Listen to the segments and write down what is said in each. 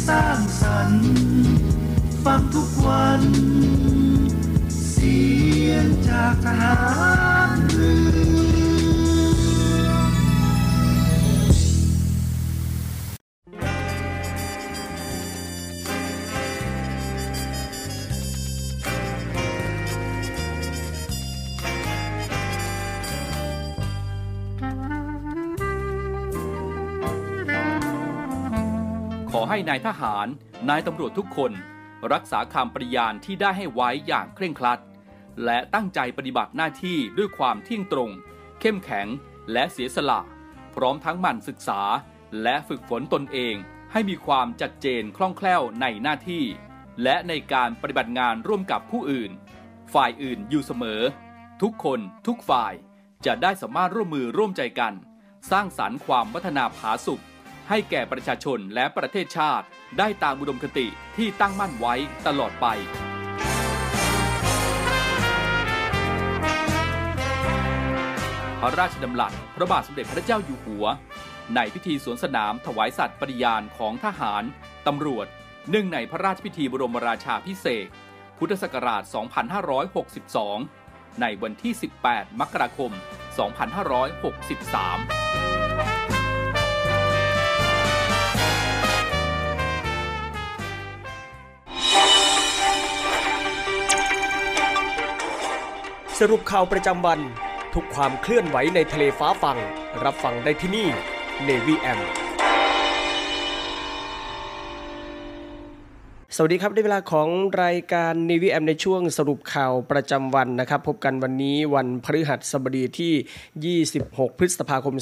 สร้างสรรค์ฟังทุกวันเสียงจากทหารเรือขอให้นายทหารนายตำรวจทุกคนรักษาคำปฏิญาณที่ได้ให้ไว้อย่างเคร่งครัดและตั้งใจปฏิบัติหน้าที่ด้วยความเที่ยงตรงเข้มแข็งและเสียสละพร้อมทั้งหมั่นศึกษาและฝึกฝนตนเองให้มีความชัดเจนคล่องแคล่วในหน้าที่และในการปฏิบัติงานร่วมกับผู้อื่นฝ่ายอื่นอยู่เสมอทุกคนทุกฝ่ายจะได้สามารถร่วมมือร่วมใจกันสร้างสรรค์ความพัฒนาผาสุกให้แก่ประชาชนและประเทศชาติได้ตามอุดมคติที่ตั้งมั่นไว้ตลอดไปพระราชดำรัสพระบาทสมเด็จพระเจ้าอยู่หัวในพิธีสวนสนามถวายสัตย์ปฏิญาณของทหารตำรวจเนื่องในพระราชพิธีบรมราชาภิเษกพุทธศักราช 2562 ในวันที่ 18 มกราคม 2563 สรุปข่าวประจำวันทุกความเคลื่อนไหวในทะเลฟ้าฟังรับฟังได้ที่นี่ Navy AM สวัสดีครับได้เวลาของรายการ Navy AM ในช่วงสรุปข่าวประจำวันนะครับพบกันวันนี้วันพฤหัสบดีที่26พฤษภาคม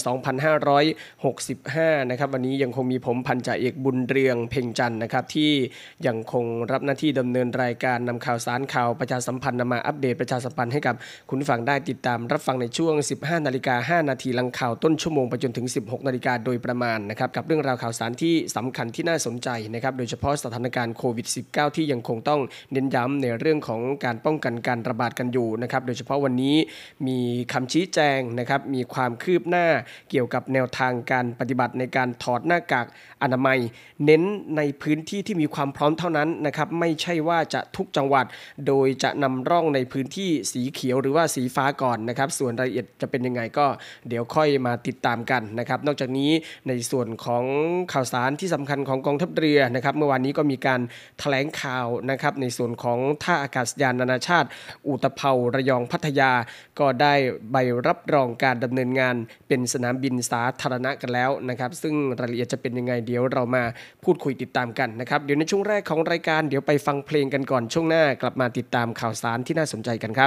2565นะครับวันนี้ยังคงมีผมพันจ่าเอกบุญเรืองเพ่งจันทร์นะครับที่ยังคงรับหน้าที่ดำเนินรายการนำข่าวสารข่าวประชาสัมพันธ์นำมาอัปเดตประชาสัมพันธ์ให้กับคุณผู้ฟังได้ติดตามรับฟังในช่วง 15:05 น.หลังข่าวต้นชั่วโมงไปจนถึง 16:00 น.โดยประมาณนะครับกับเรื่องราวข่าวสารที่สำคัญที่น่าสนใจนะครับโดยเฉพาะสถานการณ์โควิด-19 ที่ยังคงต้องเน้นย้ำในเรื่องของการป้องกันการระบาดกันอยู่นะครับโดยเฉพาะวันนี้มีคำชี้แจงนะครับมีความคืบหน้าเกี่ยวกับแนวทางการปฏิบัติในการถอดหน้ากากอนามัยเน้นในพื้นที่ที่มีความพร้อมเท่านั้นนะครับไม่ใช่ว่าจะทุกจังหวัดโดยจะนำร่องในพื้นที่สีเขียวหรือว่าสีฟ้าก่อนนะครับส่วนรายละเอียดจะเป็นยังไงก็เดี๋ยวค่อยมาติดตามกันนะครับนอกจากนี้ในส่วนของข่าวสารที่สำคัญของกองทัพเรือนะครับเมื่อวานนี้ก็มีการแถลงข่าวนะครับในส่วนของท่าอากาศยานนานาชาติอุตภเปาระยองพัทยาก็ได้ใบรับรองการดำเนินงานเป็นสนามบินสาธารณะกันแล้วนะครับซึ่งรายละเอียดจะเป็นยังไงเดี๋ยวเรามาพูดคุยติดตามกันนะครับเดี๋ยวในช่วงแรกของรายการเดี๋ยวไปฟังเพลงกันก่อนช่วงหน้ากลับมาติดตามข่าวสารที่น่าสนใจกันครับ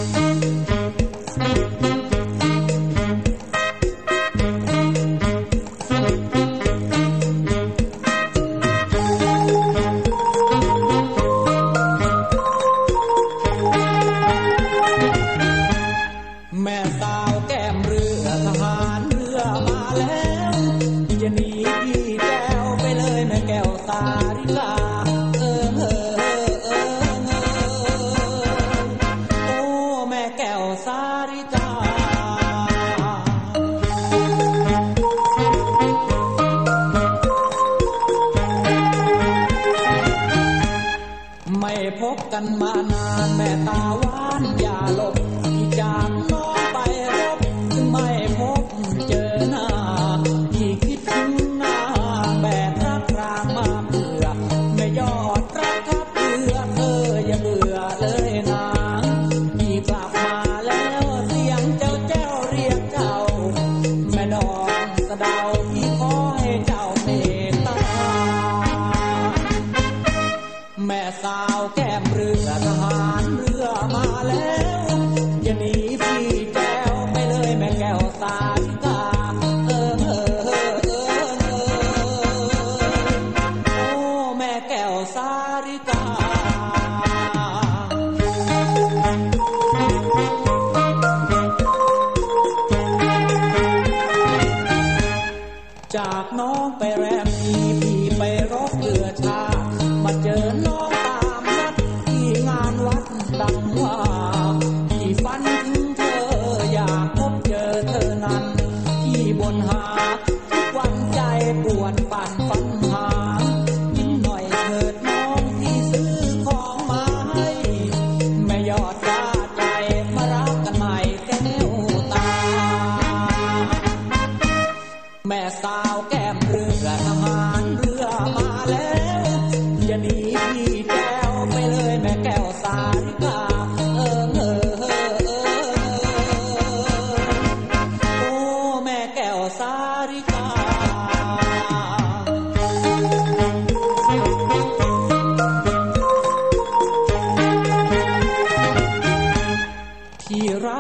กันมานานแม่ตาหวานอย่าหลบจากน้องไปรบไม่พบเจอหน้าที่คิดถึงหน้าแบกรักรางมาเบื่อไม่ยอดรักทับเรือเธออย่าเบื่อเลยนะที่กลับมาแล้วเสียงเจ้าแจ้วเรียกเจ้าแม่ดอกสะเดาที่ขอให้เจ้าเมตตาแม่สาวแก้มเรือทหารเรือมาแล้วอย่าหนีพี่แก้วไปเลยแม่แก้วสาริกาโอ้แม่แก้วสาริกาจากน้องไปแรมพี่ไปรบเรือชามาเจอน้องตามนัดที่งานวัดดังว่าที่ฝันถึง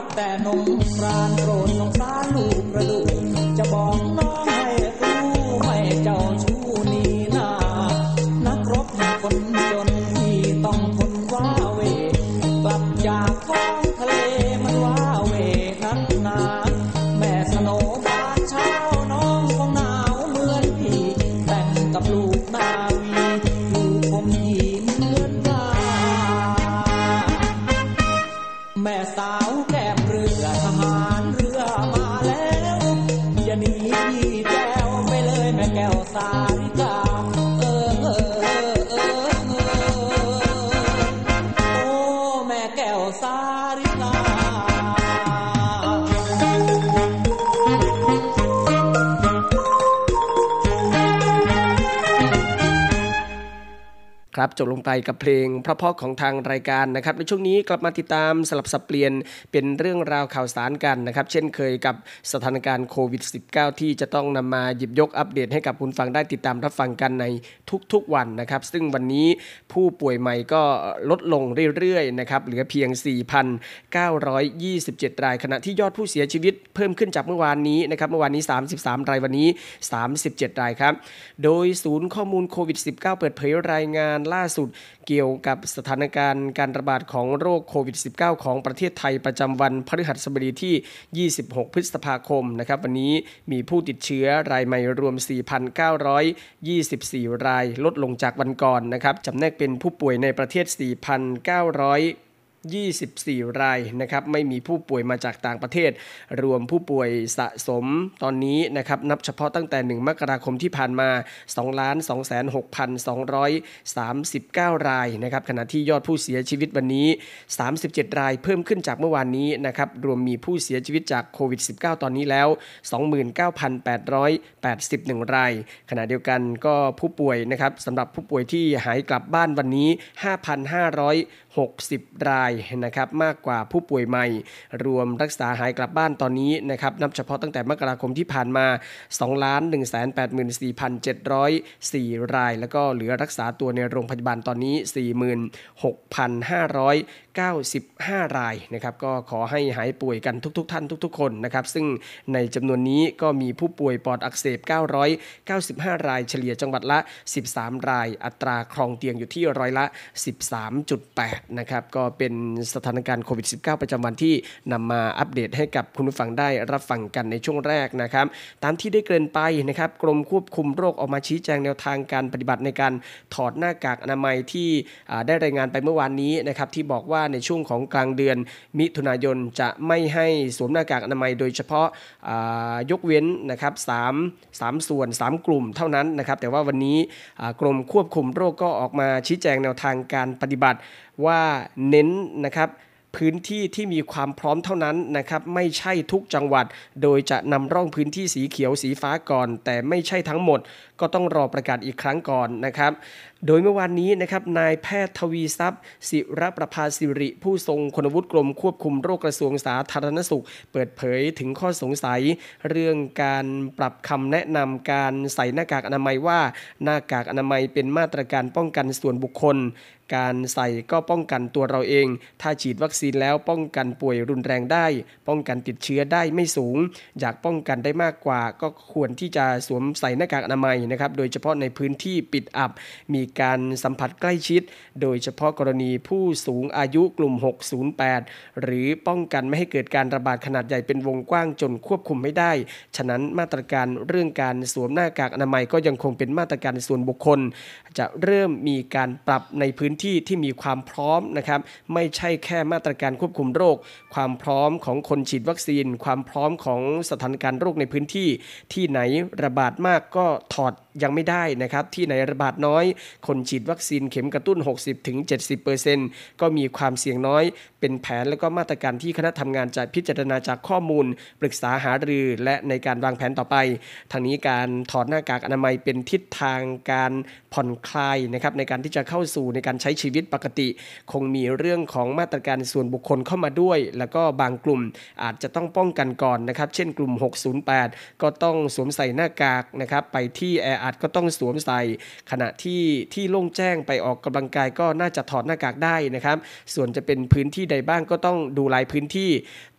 แต่นงกรานต์โปรดสงสารลูกกระดูกจะบอกน้องให้รู้ไม่เจ้าชู้นี่นานักรบคนจนที่ต้องทนว้าเวกลับจากท้องทะเลมันว้าเวนักหนาแม่สโนบานเช้าน้องคงหนาวเหมือนพี่แต่งกับลูกนาวีอยู่คมยีเหมือนกาแม่สาวแก้มเรือทหารเรือมาแล้วอย่าหนีพี่แก้วไปเลยแม่แก้วสาริกาโอ้แม่แก้วสาริกาครับจบลงไปกับเพลงเพราะๆของทางรายการนะครับในช่วงนี้กลับมาติดตามสลับสับเปลี่ยนเป็นเรื่องราวข่าวสารกันนะครับเช่นเคยกับสถานการณ์โควิด -19 ที่จะต้องนำมาหยิบยกอัปเดตให้กับคุณฟังได้ติดตามรับฟังกันในทุกๆวันนะครับซึ่งวันนี้ผู้ป่วยใหม่ก็ลดลงเรื่อยๆนะครับเหลือเพียง 4,927 รายขณะที่ยอดผู้เสียชีวิตเพิ่มขึ้นจากเมื่อวานนี้นะครับเมื่อวานนี้33รายวันนี้37รายครับโดยศูนย์ข้อมูลโควิด -19 เปิดเผยรายงานล่าสุดเกี่ยวกับสถานการณ์การระบาดของโรคโควิด -19 ของประเทศไทยประจำวันพฤหัสบดีที่26พฤษภาคมนะครับวันนี้มีผู้ติดเชื้อรายใหม่รวม 4,924 รายลดลงจากวันก่อนนะครับจำแนกเป็นผู้ป่วยในประเทศ 4,924 รายนะครับไม่มีผู้ป่วยมาจากต่างประเทศรวมผู้ป่วยสะสมตอนนี้นะครับนับเฉพาะตั้งแต่1มกราคมที่ผ่านมา 2,206,239 รายนะครับขณะที่ยอดผู้เสียชีวิตวันนี้37รายเพิ่มขึ้นจากเมื่อวานนี้นะครับรวมมีผู้เสียชีวิตจากโควิด -19 ตอนนี้แล้ว 29,881 รายขณะเดียวกันก็ผู้ป่วยนะครับสำหรับผู้ป่วยที่หายกลับบ้านวันนี้ 5,560 รายนะครับมากกว่าผู้ป่วยใหม่รวมรักษาหายกลับบ้านตอนนี้นะครับนับเฉพาะตั้งแต่มกราคมที่ผ่านมา 2,184,704 รายแล้วก็เหลือรักษาตัวในโรงพยาบาลตอนนี้ 46,595 รายนะครับก็ขอให้หายป่วยกันทุกท่านทุกคนนะครับซึ่งในจำนวนนี้ก็มีผู้ป่วยปอดอักเสบ995 รายเฉลี่ยจังหวัดละ13รายอัตราครองเตียงอยู่ที่ร้อยละ 13.8 นะครับก็เป็นสถานการณ์โควิด -19 ประจำวันที่นำมาอัปเดตให้กับคุณผู้ฟังได้รับฟังกันในช่วงแรกนะครับตามที่ได้เกริ่นไปนะครับกรมควบคุมโรคออกมาชี้แจงแนวทางการปฏิบัติในการถอดหน้ากากอนามัยที่ได้รายงานไปเมื่อวานนี้นะครับที่บอกว่าในช่วงของกลางเดือนมิถุนายนจะไม่ให้สวมหน้ากากอนามัยโดยเฉพาะยกเว้นนะครับ3ส่วน3กลุ่มเท่านั้นนะครับแต่ว่าวันนี้กรมควบคุมโรคก็ออกมาชี้แจงแนวทางการปฏิบัติว่าเน้นนะครับพื้นที่ที่มีความพร้อมเท่านั้นนะครับไม่ใช่ทุกจังหวัดโดยจะนำร่องพื้นที่สีเขียวสีฟ้าก่อนแต่ไม่ใช่ทั้งหมดก็ต้องรอประกาศอีกครั้งก่อนนะครับโดยเมื่อวานนี้นะครับนายแพทย์ทวีทรัพย์ศิรประภาสิริผู้ทรงคุณวุฒิกรมควบคุมโรคกระทรวงสาธารณสุขเปิดเผยถึงข้อสงสัยเรื่องการปรับคำแนะนำการใส่หน้ากากอนามัยว่าหน้ากากอนามัยเป็นมาตรการป้องกันส่วนบุคคลการใส่ก็ป้องกันตัวเราเองถ้าฉีดวัคซีนแล้วป้องกันป่วยรุนแรงได้ป้องกันติดเชื้อได้ไม่สูงอยากป้องกันได้มากกว่าก็ควรที่จะสวมใส่หน้ากากอนามัยนะครับโดยเฉพาะในพื้นที่ปิดอับมีการสัมผัสใกล้ชิดโดยเฉพาะกรณีผู้สูงอายุกลุ่ม608หรือป้องกันไม่ให้เกิดการระบาดขนาดใหญ่เป็นวงกว้างจนควบคุมไม่ได้ฉะนั้นมาตรการเรื่องการสวมหน้ากากอนามัยก็ยังคงเป็นมาตรการส่วนบุคคลจะเริ่มมีการปรับในพื้นที่ที่มีความพร้อมนะครับไม่ใช่แค่มาตรการควบคุมโรคความพร้อมของคนฉีดวัคซีนความพร้อมของสถานการณ์โรคในพื้นที่ที่ไหนระบาดมากก็ถอดยังไม่ได้นะครับที่ไหนระบาดน้อยคนฉีดวัคซีนเข็มกระตุ้น 60-70% ก็มีความเสี่ยงน้อยเป็นแผนและก็มาตรการที่คณะทำงานจะพิจารณาจากข้อมูลปรึกษาหารือและในการวางแผนต่อไปทางนี้การถอดหน้ากากอนามัยเป็นทิศทางการผ่อนคลายนะครับในการที่จะเข้าสู่ในการใช้ชีวิตปกติคงมีเรื่องของมาตรการส่วนบุคคลเข้ามาด้วยแล้วก็บางกลุ่มอาจจะต้องป้องกันก่อนนะครับเช่นกลุ่ม608ก็ต้องสวมใส่หน้ากากนะครับไปที่แออัดก็ต้องสวมใส่ขณะที่โล่งแจ้งไปออกกำลังกายก็น่าจะถอดหน้ากากได้นะครับส่วนจะเป็นพื้นที่ใดบ้างก็ต้องดูรายพื้นที่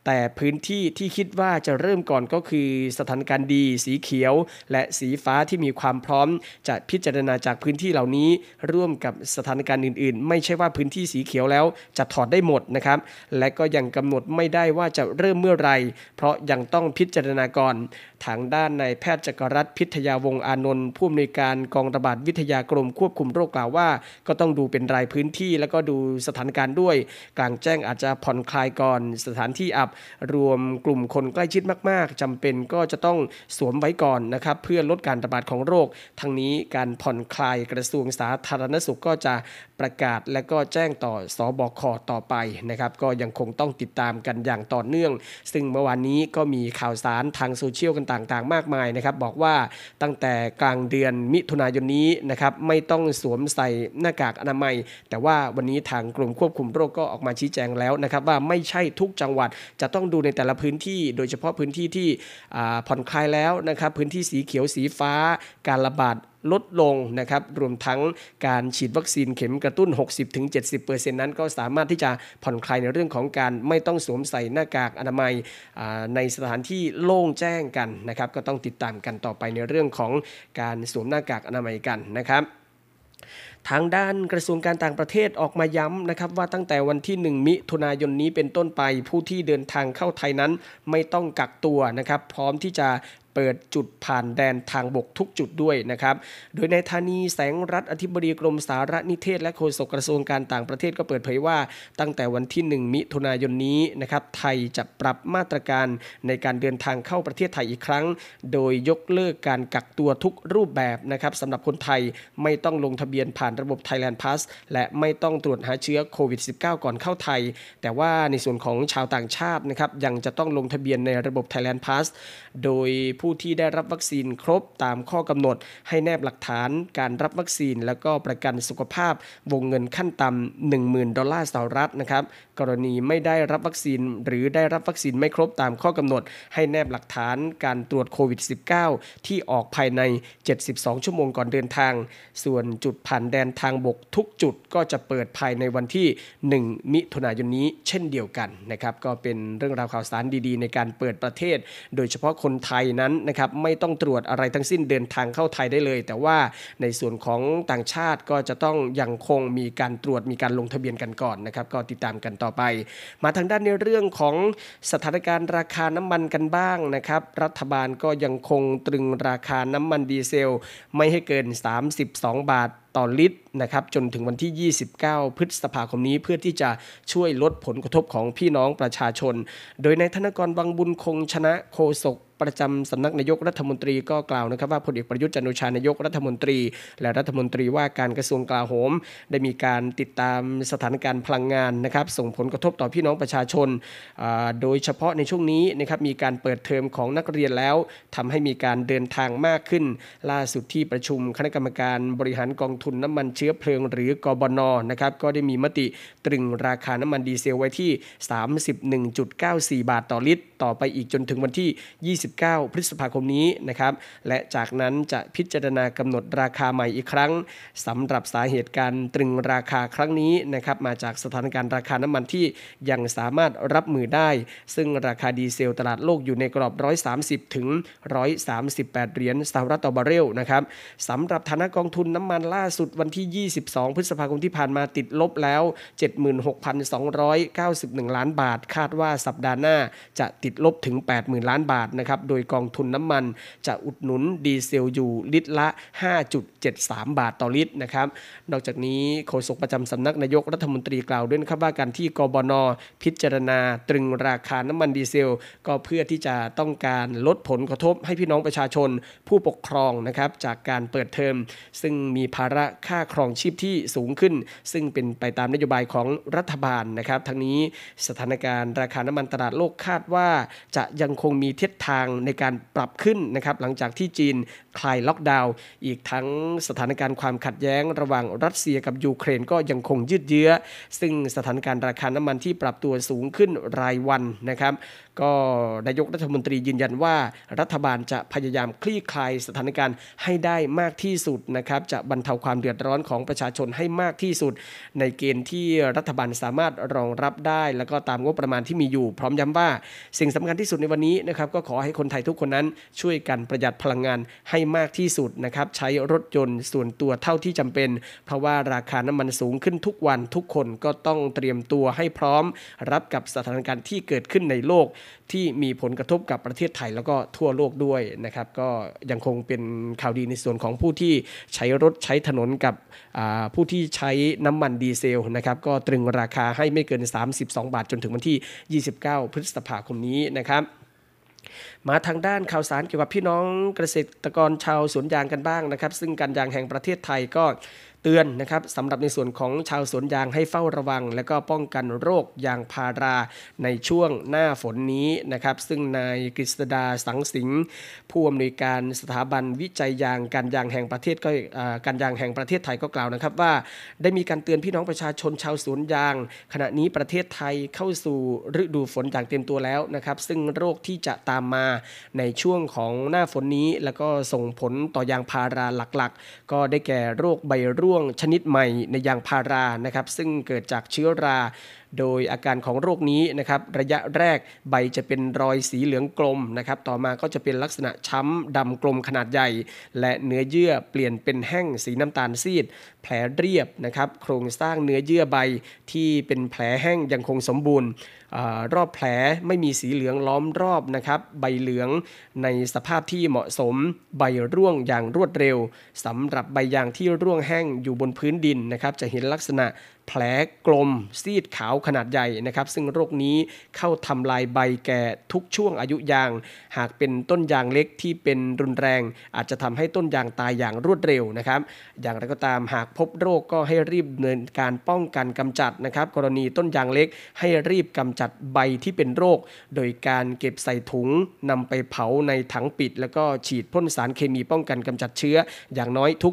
แต่พื้นที่ที่คิดว่าจะเริ่มก่อนก็คือสถานการณ์ดีสีเขียวและสีฟ้าที่มีความพร้อมจะพิจารณาจากพื้นที่เหล่านี้ร่วมกับสถานการณ์อื่นๆไม่ใช่ว่าพื้นที่สีเขียวแล้วจะถอดได้หมดนะครับและก็ยังกำหนดไม่ได้ว่าจะเริ่มเมื่อไรเพราะยังต้องพิจารณาก่อนทางด้านนายแพทย์จักรรัตน์พิทยาวงศ์อานนท์ผู้อำนวยการกองระบาดวิทยากรมควบคุมโรคกล่าวว่าก็ต้องดูเป็นรายพื้นที่แล้วก็ดูสถานการณ์ด้วยกลางแจ้งอาจจะผ่อนคลายก่อนสถานที่อับรวมกลุ่มคนใกล้ชิดมากๆจำเป็นก็จะต้องสวมไว้ก่อนนะครับเพื่อลดการระบาดของโรคทั้งนี้การผ่อนคลายกระทรวงสาธารณสุขก็จะประกาศและก็แจ้งต่อสบคต่อไปนะครับก็ยังคงต้องติดตามกันอย่างต่อเนื่องซึ่งเมื่อวานนี้ก็มีข่าวสารทางโซเชียลกันต่างๆมากมายนะครับบอกว่าตั้งแต่กลางเดือนมิถุนายนนี้นะครับไม่ต้องสวมใส่หน้ากากอนามัยแต่ว่าวันนี้ทางกรมควบคุมโรคก็ออกมาชี้แจงแล้วนะครับว่าไม่ใช่ทุกจังหวัดจะต้องดูในแต่ละพื้นที่โดยเฉพาะพื้นที่ที่ผ่อนคลายแล้วนะครับพื้นที่สีเขียวสีฟ้าการระบาดลดลงนะครับรวมทั้งการฉีดวัคซีนเข็มกระตุ้น 60-70% นั้นก็สามารถที่จะผ่อนคลายในเรื่องของการไม่ต้องสวมใส่หน้ากากอนามัยในสถานที่โล่งแจ้งกันนะครับก็ต้องติดตามกันต่อไปในเรื่องของการสวมหน้ากากอนามัยกันนะครับทางด้านกระทรวงการต่างประเทศออกมาย้ำนะครับว่าตั้งแต่วันที่1มิถุนายนนี้เป็นต้นไปผู้ที่เดินทางเข้าไทยนั้นไม่ต้องกักตัวนะครับพร้อมที่จะเปิดจุดผ่านแดนทางบกทุกจุดด้วยนะครับโดยนายธานีแสงรัตน์อธิบดีกรมสารนิเทศและโฆษกกระทรวงการต่างประเทศก็เปิดเผยว่าตั้งแต่วันที่1มิถุนายนนี้นะครับไทยจะปรับมาตรการในการเดินทางเข้าประเทศไทยอีกครั้งโดยยกเลิกการกักตัวทุกรูปแบบนะครับสำหรับคนไทยไม่ต้องลงทะเบียนผ่านระบบ Thailand Pass และไม่ต้องตรวจหาเชื้อโควิด -19 ก่อนเข้าไทยแต่ว่าในส่วนของชาวต่างชาตินะครับยังจะต้องลงทะเบียนในระบบ Thailand Pass โดยผู้ที่ได้รับวัคซีนครบตามข้อกำหนดให้แนบหลักฐานการรับวัคซีนแล้วก็ประกันสุขภาพวงเงินขั้นต่ำ $10,000 สหรัฐนะครับกรณีไม่ได้รับวัคซีนหรือได้รับวัคซีนไม่ครบตามข้อกำหนดให้แนบหลักฐานการตรวจโควิด -19 ที่ออกภายใน72ชั่วโมงก่อนเดินทางส่วนจุดผ่านแดนทางบกทุกจุดก็จะเปิดภายในวันที่1มิถุนายนนี้เช่นเดียวกันนะครับก็เป็นเรื่องราวข่าวสารดีๆในการเปิดประเทศโดยเฉพาะคนไทยนั้นนะครับไม่ต้องตรวจอะไรทั้งสิ้นเดินทางเข้าไทยได้เลยแต่ว่าในส่วนของต่างชาติก็จะต้องยังคงมีการตรวจมีการลงทะเบียนกันก่อนนะครับก็ติดตามกันต่อไปมาทางด้านในเรื่องของสถานการณ์ราคาน้ำมันกันบ้างนะครับรัฐบาลก็ยังคงตรึงราคาน้ำมันดีเซลไม่ให้เกิน32 บาทต่อลิตรนะครับจนถึงวันที่29พฤษภาคมนี้เพื่อที่จะช่วยลดผลกระทบของพี่น้องประชาชนโดยนายธนกร วังบุญคงชนะโฆษกประจำสำนักนายกรัฐมนตรีก็กล่าวนะครับว่าพลเอกประยุทธ์จันทร์โอชานายกรัฐมนตรีและรัฐมนตรีว่าการกระทรวงกลาโหมได้มีการติดตามสถานการณ์พลังงานนะครับส่งผลกระทบต่อพี่น้องประชาชนโดยเฉพาะในช่วงนี้นะครับมีการเปิดเทอมของนักเรียนแล้วทำให้มีการเดินทางมากขึ้นล่าสุดที่ประชุมคณะกรรมการบริหารกองทุนน้ำมันเชื้อเพลิงหรือกบน.นะครับก็ได้มีมติตรึงราคาน้ำมันดีเซลไว้ที่ 31.94 บาทต่อลิตรต่อไปอีกจนถึงวันที่29พฤษภาคมนี้นะครับและจากนั้นจะพิจารณากำหนดราคาใหม่อีกครั้งสำหรับสาเหตุการตรึงราคาครั้งนี้นะครับมาจากสถานการณ์ราคาน้ำมันที่ยังสามารถรับมือได้ซึ่งราคาดีเซลตลาดโลกอยู่ในกรอบ130ถึง138เหรียญสหรัฐต่อบาร์เรลนะครับสำหรับฐานะกองทุนน้ำมันล่าสุดวันที่22พฤษภาคมที่ผ่านมาติดลบแล้ว 76,291 ล้านบาทคาดว่าสัปดาห์หน้าจะติดลบถึง 80,000 ล้านบาทนะครับโดยกองทุนน้ำมันจะอุดหนุนดีเซลอยู่ลิตรละ 5.73 บาทต่อลิตรนะครับนอกจากนี้โฆษกประจำสำนักนายกรัฐมนตรีกล่าวด้วยนะครับว่าการที่กบน.พิจารณาตรึงราคาน้ำมันดีเซลก็เพื่อที่จะต้องการลดผลกระทบให้พี่น้องประชาชนผู้ปกครองนะครับจากการเปิดเทอมซึ่งมีภาระค่าครองชีพที่สูงขึ้นซึ่งเป็นไปตามนโยบายของรัฐบาลนะครับทั้งนี้สถานการณ์ราคาน้ำมันตลาดโลกคาดว่าจะยังคงมีทิศทางในการปรับขึ้นนะครับหลังจากที่จีนคลายล็อกดาวน์อีกทั้งสถานการณ์ความขัดแย้งระหว่างรัสเซียกับยูเครนก็ยังคงยืดเยื้อซึ่งสถานการณ์ราคาน้ำมันที่ปรับตัวสูงขึ้นรายวันนะครับก็นายกรัฐมนตรียืนยันว่ารัฐบาลจะพยายามคลี่คลายสถานการณ์ให้ได้มากที่สุดนะครับจะบรรเทาความเดือดร้อนของประชาชนให้มากที่สุดในเกณฑ์ที่รัฐบาลสามารถรองรับได้แล้วก็ตามงบประมาณที่มีอยู่พร้อมย้ำว่าสิ่งสำคัญที่สุดในวันนี้นะครับก็ขอให้คนไทยทุกคนนั้นช่วยกันประหยัดพลังงานให้มากที่สุดนะครับใช้รถยนต์ส่วนตัวเท่าที่จำเป็นเพราะว่าราคาน้ำมันสูงขึ้นทุกวันทุกคนก็ต้องเตรียมตัวให้พร้อมรับกับสถานการณ์ที่เกิดขึ้นในโลกที่มีผลกระทบกับประเทศไทยแล้วก็ทั่วโลกด้วยนะครับก็ยังคงเป็นข่าวดีในส่วนของผู้ที่ใช้รถใช้ถนนกับผู้ที่ใช้น้ำมันดีเซลนะครับก็ตรึงราคาให้ไม่เกิน32 บาทจนถึงวันที่29พฤษภาคมนี้นะครับมาทางด้านข่าวสารเกี่ยวกับพี่น้องเกษตรกรชาวสวนยางกันบ้างนะครับซึ่งการยางแห่งประเทศไทยก็เตือนนะครับสำหรับในส่วนของชาวสวนยางให้เฝ้าระวังและก็ป้องกันโรคยางพาราในช่วงหน้าฝนนี้นะครับซึ่งนายกฤษดาสังสิงห์ผู้อำนวยการสถาบันวิจัยยางการยางแห่งประเทศการยางแห่งประเทศไทยก็กล่าวนะครับว่าได้มีการเตือนพี่น้องประชาชนชาวสวนยางขณะนี้ประเทศไทยเข้าสู่ฤดูฝนอย่างเต็มตัวแล้วนะครับซึ่งโรคที่จะตามมาในช่วงของหน้าฝนนี้แล้วก็ส่งผลต่อยางพาราหลักๆก็ได้แก่โรคใบร่วงชนิดใหม่ในยางพารานะครับซึ่งเกิดจากเชื้อราโดยอาการของโรคนี้นะครับระยะแรกใบจะเป็นรอยสีเหลืองกลมนะครับต่อมาก็จะเป็นลักษณะช้ำดำกลมขนาดใหญ่และเนื้อเยื่อเปลี่ยนเป็นแห้งสีน้ำตาลซีดแผลเรียบนะครับโครงสร้างเนื้อเยื่อใบที่เป็นแผลแห้งยังคงสมบูรณ์รอบแผลไม่มีสีเหลืองล้อมรอบนะครับใบเหลืองในสภาพที่เหมาะสมใบร่วงอย่างรวดเร็วสำหรับใบยางที่ร่วงแห้งอยู่บนพื้นดินนะครับจะเห็นลักษณะแผลกลมซีดขาวขนาดใหญ่นะครับซึ่งโรคนี้เข้าทำลายใบแก่ทุกช่วงอายุยางหากเป็นต้นยางเล็กที่เป็นรุนแรงอาจจะทำให้ต้นยางตายอย่างรวดเร็วนะครับอย่างไรก็ตามหากพบโรคก็ให้รีบดำเนินการป้องกันกำจัดนะครับกรณีต้นยางเล็กให้รีบกำจัดใบที่เป็นโรคโดยการเก็บใส่ถุงนำไปเผาในถังปิดแล้วก็ฉีดพ่นสารเคมีป้องกันกำจัดเชื้ออย่างน้อยทุก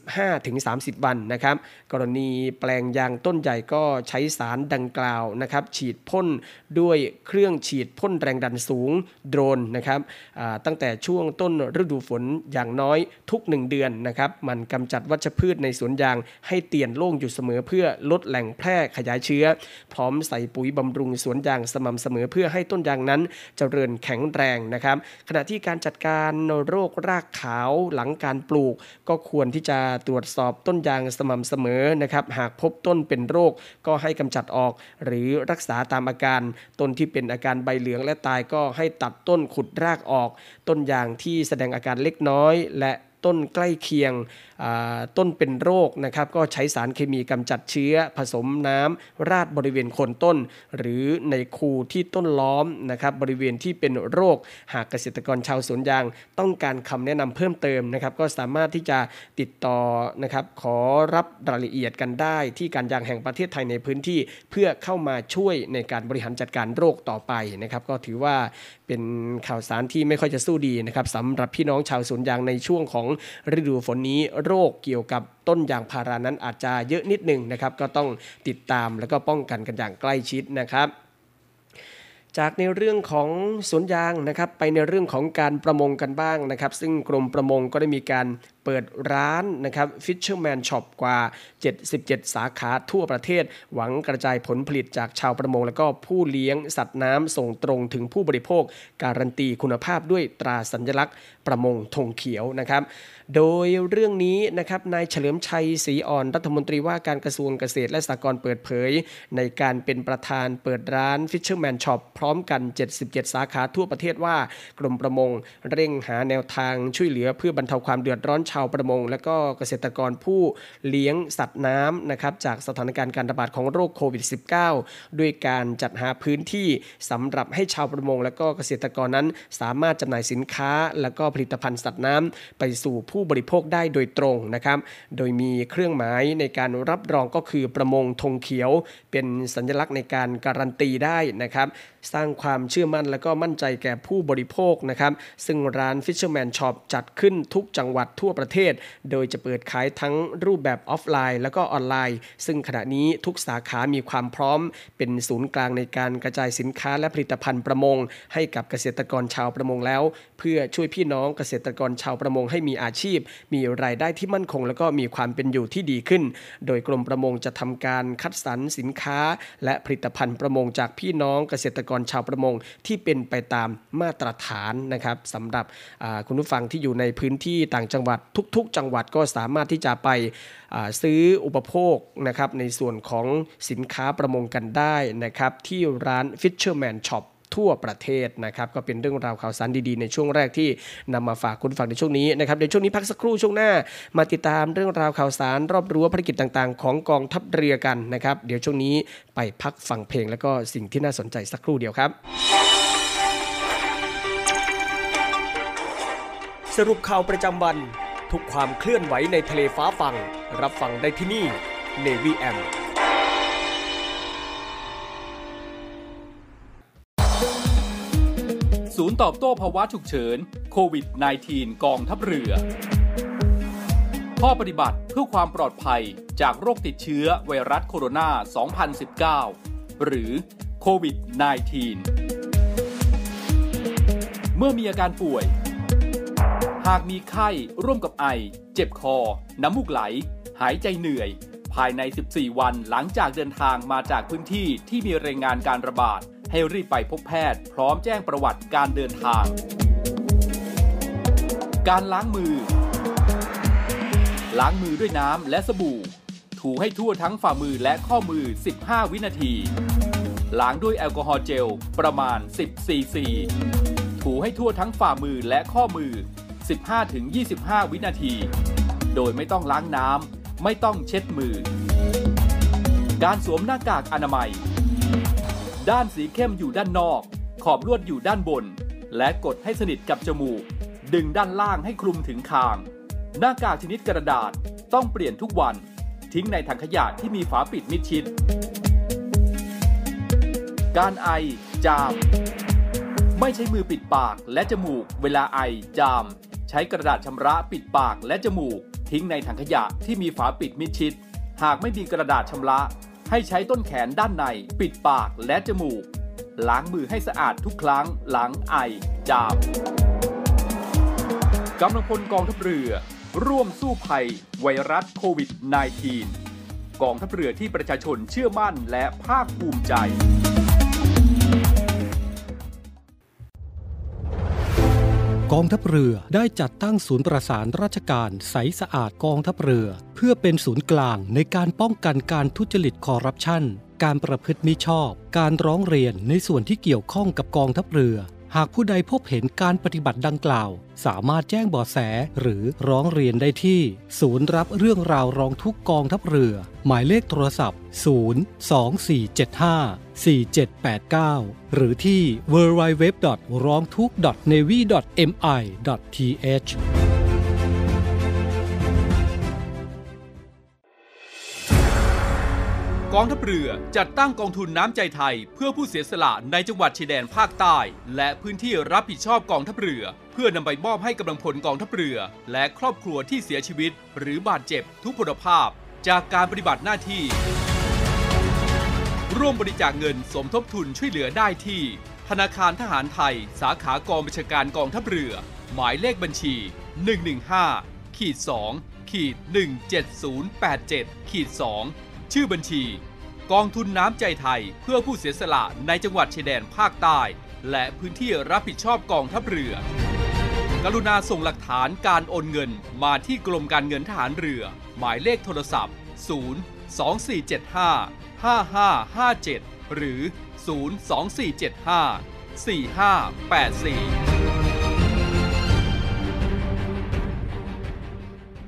15-30 วันนะครับกรณีแปลงยางต้นใหญ่ก็ใช้สารดังกล่าวนะครับฉีดพ่นด้วยเครื่องฉีดพ่นแรงดันสูงโดรนนะครับตั้งแต่ช่วงต้นฤดูฝนอย่างน้อยทุก1เดือนนะครับมันกำจัดวัชพืชในสวนยางให้เตียนโล่งอยู่เสมอเพื่อลดแหล่งแพร่ขยายเชื้อพร้อมใส่ปุ๋ยบำรุงสวนยางสม่ำเสมอเพื่อให้ต้นยางนั้นเจริญแข็งแรงนะครับขณะที่การจัดการโรครากขาวหลังการปลูกก็ควรที่จะตรวจสอบต้นยางสม่ำเสมอนะครับหากพบต้นเป็นโรคก็ให้กำจัดออกหรือรักษาตามอาการต้นที่เป็นอาการใบเหลืองและตายก็ให้ตัดต้นขุดรากออกต้นยางที่แสดงอาการเล็กน้อยและต้นใกล้เคียงต้นเป็นโรคนะครับก็ใช้สารเคมีกำจัดเชื้อผสมน้ำราดบริเวณโคนต้นหรือในคูที่ต้นล้อมนะครับบริเวณที่เป็นโรคหากเกษตรกรชาวสวนยางต้องการคำแนะนำเพิ่มเติมนะครับก็สามารถที่จะติดต่อนะครับขอรับรายละเอียดกันได้ที่การยางแห่งประเทศไทยในพื้นที่เพื่อเข้ามาช่วยในการบริหารจัดการโรคต่อไปนะครับก็ถือว่าเป็นข่าวสารที่ไม่ค่อยจะสู้ดีนะครับสำหรับพี่น้องชาวสวนยางในช่วงของฤดูฝนนี้โรคเกี่ยวกับต้นยางพารานั้นอาจจะเยอะนิดนึงนะครับก็ต้องติดตามแล้วก็ป้องกันกันอย่างใกล้ชิดนะครับจากในเรื่องของสวนยางนะครับไปในเรื่องของการประมงกันบ้างนะครับซึ่งกรมประมงก็ได้มีการเปิดร้านนะครับ Fisherman Shop กว่า77สาขาทั่วประเทศหวังกระจายผลผลิตจากชาวประมงและก็ผู้เลี้ยงสัตว์น้ำส่งตรงถึงผู้บริโภคการันตีคุณภาพด้วยตราสัญลักษณ์ประมงธงเขียวนะครับโดยเรื่องนี้นะครับนายเฉลิมชัยศรีอ่อนรัฐมนตรีว่าการกระทรวงเกษตรและสหกรณ์เปิดเผยในการเป็นประธานเปิดร้าน Fisherman Shop พร้อมกัน77สาขาทั่วประเทศว่ากรมประมงเร่งหาแนวทางช่วยเหลือเพื่อบรรเทาความเดือดร้อนชาวาวประมงและก็เกษตรกรผู้เลี้ยงสัตว์น้ำนะครับจากสถานการณ์การระบาดของโรคโควิด -19 ด้วยการจัดหาพื้นที่สำหรับให้ชาวประมงและก็เกษตรกรนั้นสามารถจำหน่ายสินค้าและก็ผลิตภัณฑ์สัตว์น้ำไปสู่ผู้บริโภคได้โดยตรงนะครับโดยมีเครื่องหมายในการรับรองก็คือประมงธงเขียวเป็นสัญลักษณ์ในการการันตีได้นะครับสร้างความเชื่อมั่นและก็มั่นใจแก่ผู้บริโภคนะครับซึ่งร้าน Fisherman Shop จัดขึ้นทุกจังหวัดทั่วประเทศโดยจะเปิดขายทั้งรูปแบบออฟไลน์และก็ออนไลน์ซึ่งขณะนี้ทุกสาขามีความพร้อมเป็นศูนย์กลางในการกระจายสินค้าและผลิตภัณฑ์ประมงให้กับเกษตรกรชาวประมงแล้วเพื่อช่วยพี่น้องเกษตรกรชาวประมงให้มีอาชีพมีรายได้ที่มั่นคงและก็มีความเป็นอยู่ที่ดีขึ้นโดยกรมประมงจะทำการคัดสรรสินค้าและผลิตภัณฑ์ประมงจากพี่น้องเกษตรกรชาวประมงที่เป็นไปตามมาตรฐานนะครับสำหรับคุณผู้ฟังที่อยู่ในพื้นที่ต่างจังหวัดทุกๆจังหวัดก็สามารถที่จะไปซื้ออุปโภคนะครับในส่วนของสินค้าประมงกันได้นะครับที่ร้าน Fisherman Shopทั่วประเทศนะครับก็เป็นเรื่องราวข่าวสารดีๆในช่วงแรกที่นำมาฝากคุณฟังในช่วงนี้นะครับในช่วงนี้พักสักครู่ช่วงหน้ามาติดตามเรื่องราวข่าวสารรอบรั้วภารกิจต่างๆของกองทัพเรือกันนะครับเดี๋ยวช่วงนี้ไปพักฟังเพลงแล้วก็สิ่งที่น่าสนใจสักครู่เดียวครับสรุปข่าวประจำวันทุกความเคลื่อนไหวในทะเลฟ้าฟังรับฟังได้ที่นี่ Navy AM ศูนย์ตอบโต้ภาวะฉุกเฉินโควิด -19 กองทัพเรือข้อปฏิบัติเพื่อความปลอดภัยจากโรคติดเชื้อไวรัสโคโรนา 2019 หรือโควิด -19 เมื่อมีอาการป่วยหากมีไข้ร่วมกับไอเจ็บคอน้ำมูกไหลหายใจเหนื่อยภายใน14วันหลังจากเดินทางมาจากพื้นที่ที่มีรายงานการระบาดให้รีบไปพบแพทย์พร้อมแจ้งประวัติการเดินทางการล้างมือด้วยน้ำและสบู่ถูให้ทั่วทั้งฝ่ามือและข้อมือ15วินาทีล้างด้วยแอลกอฮอล์เจลประมาณ10 ซีซีถูให้ทั่วทั้งฝ่ามือและข้อมือ 15-25 วินาทีโดยไม่ต้องล้างน้ำไม่ต้องเช็ดมือการสวมหน้ากากอนามัยด้านสีเข้มอยู่ด้านนอกขอบลวดอยู่ด้านบนและกดให้สนิทกับจมูกดึงด้านล่างให้คลุมถึงคางหน้ากากชนิดกระดาษต้องเปลี่ยนทุกวันทิ้งในถังขยะที่มีฝาปิดมิดชิดการไอจามไม่ใช้มือปิดปากและจมูกเวลาไอจามใช้กระดาษชำระปิดปากและจมูกทิ้งในถังขยะที่มีฝาปิดมิดชิดหากไม่มีกระดาษชำระให้ใช้ต้นแขนด้านในปิดปากและจมูกล้างมือให้สะอาดทุกครั้งหลังไอจามกำลังพลกองทัพเรือร่วมสู้ภัยไวรัสโควิด -19 กองทัพเรือที่ประชาชนเชื่อมั่นและภาคภูมิใจกองทัพเรือได้จัดตั้งศูนย์ประสานราชการใสสะอาดกองทัพเรือเพื่อเป็นศูนย์กลางในการป้องกันการทุจริตคอร์รัปชันการประพฤติมิชอบการร้องเรียนในส่วนที่เกี่ยวข้องกับกองทัพเรือหากผู้ใดพบเห็นการปฏิบัติดังกล่าวสามารถแจ้งเบาะแสหรือร้องเรียนได้ที่ศูนย์รับเรื่องราวร้องทุกข์กองทัพเรือหมายเลขโทรศัพท์ 024754789 หรือที่ www.rongthuk.navy.mi.th กองทัพเรือจัดตั้งกองทุนน้ำใจไทยเพื่อผู้เสียสละในจังหวัดชายแดนภาคใต้และพื้นที่รับผิดชอบกองทัพเรือเพื่อนำไปมอบให้กำลังพลกองทัพเรือและครอบครัวที่เสียชีวิตหรือบาดเจ็บทุพพลภาพจากการปฏิบัติหน้าที่ร่วมบริจาคเงินสมทบทุนช่วยเหลือได้ที่ธนาคารทหารไทยสาขากองบัญชาการกองทัพเรือหมายเลขบัญชี 115-2-17087-2ชื่อบัญชีกองทุนน้ำใจไทยเพื่อผู้เสียสละในจังหวัดชายแดนภาคใต้และพื้นที่รับผิดชอบกองทัพเรือกรุณาส่งหลักฐานการโอนเงินมาที่กรมการเงินทหารเรือหมายเลขโทรศัพท์024755557หรือ024754584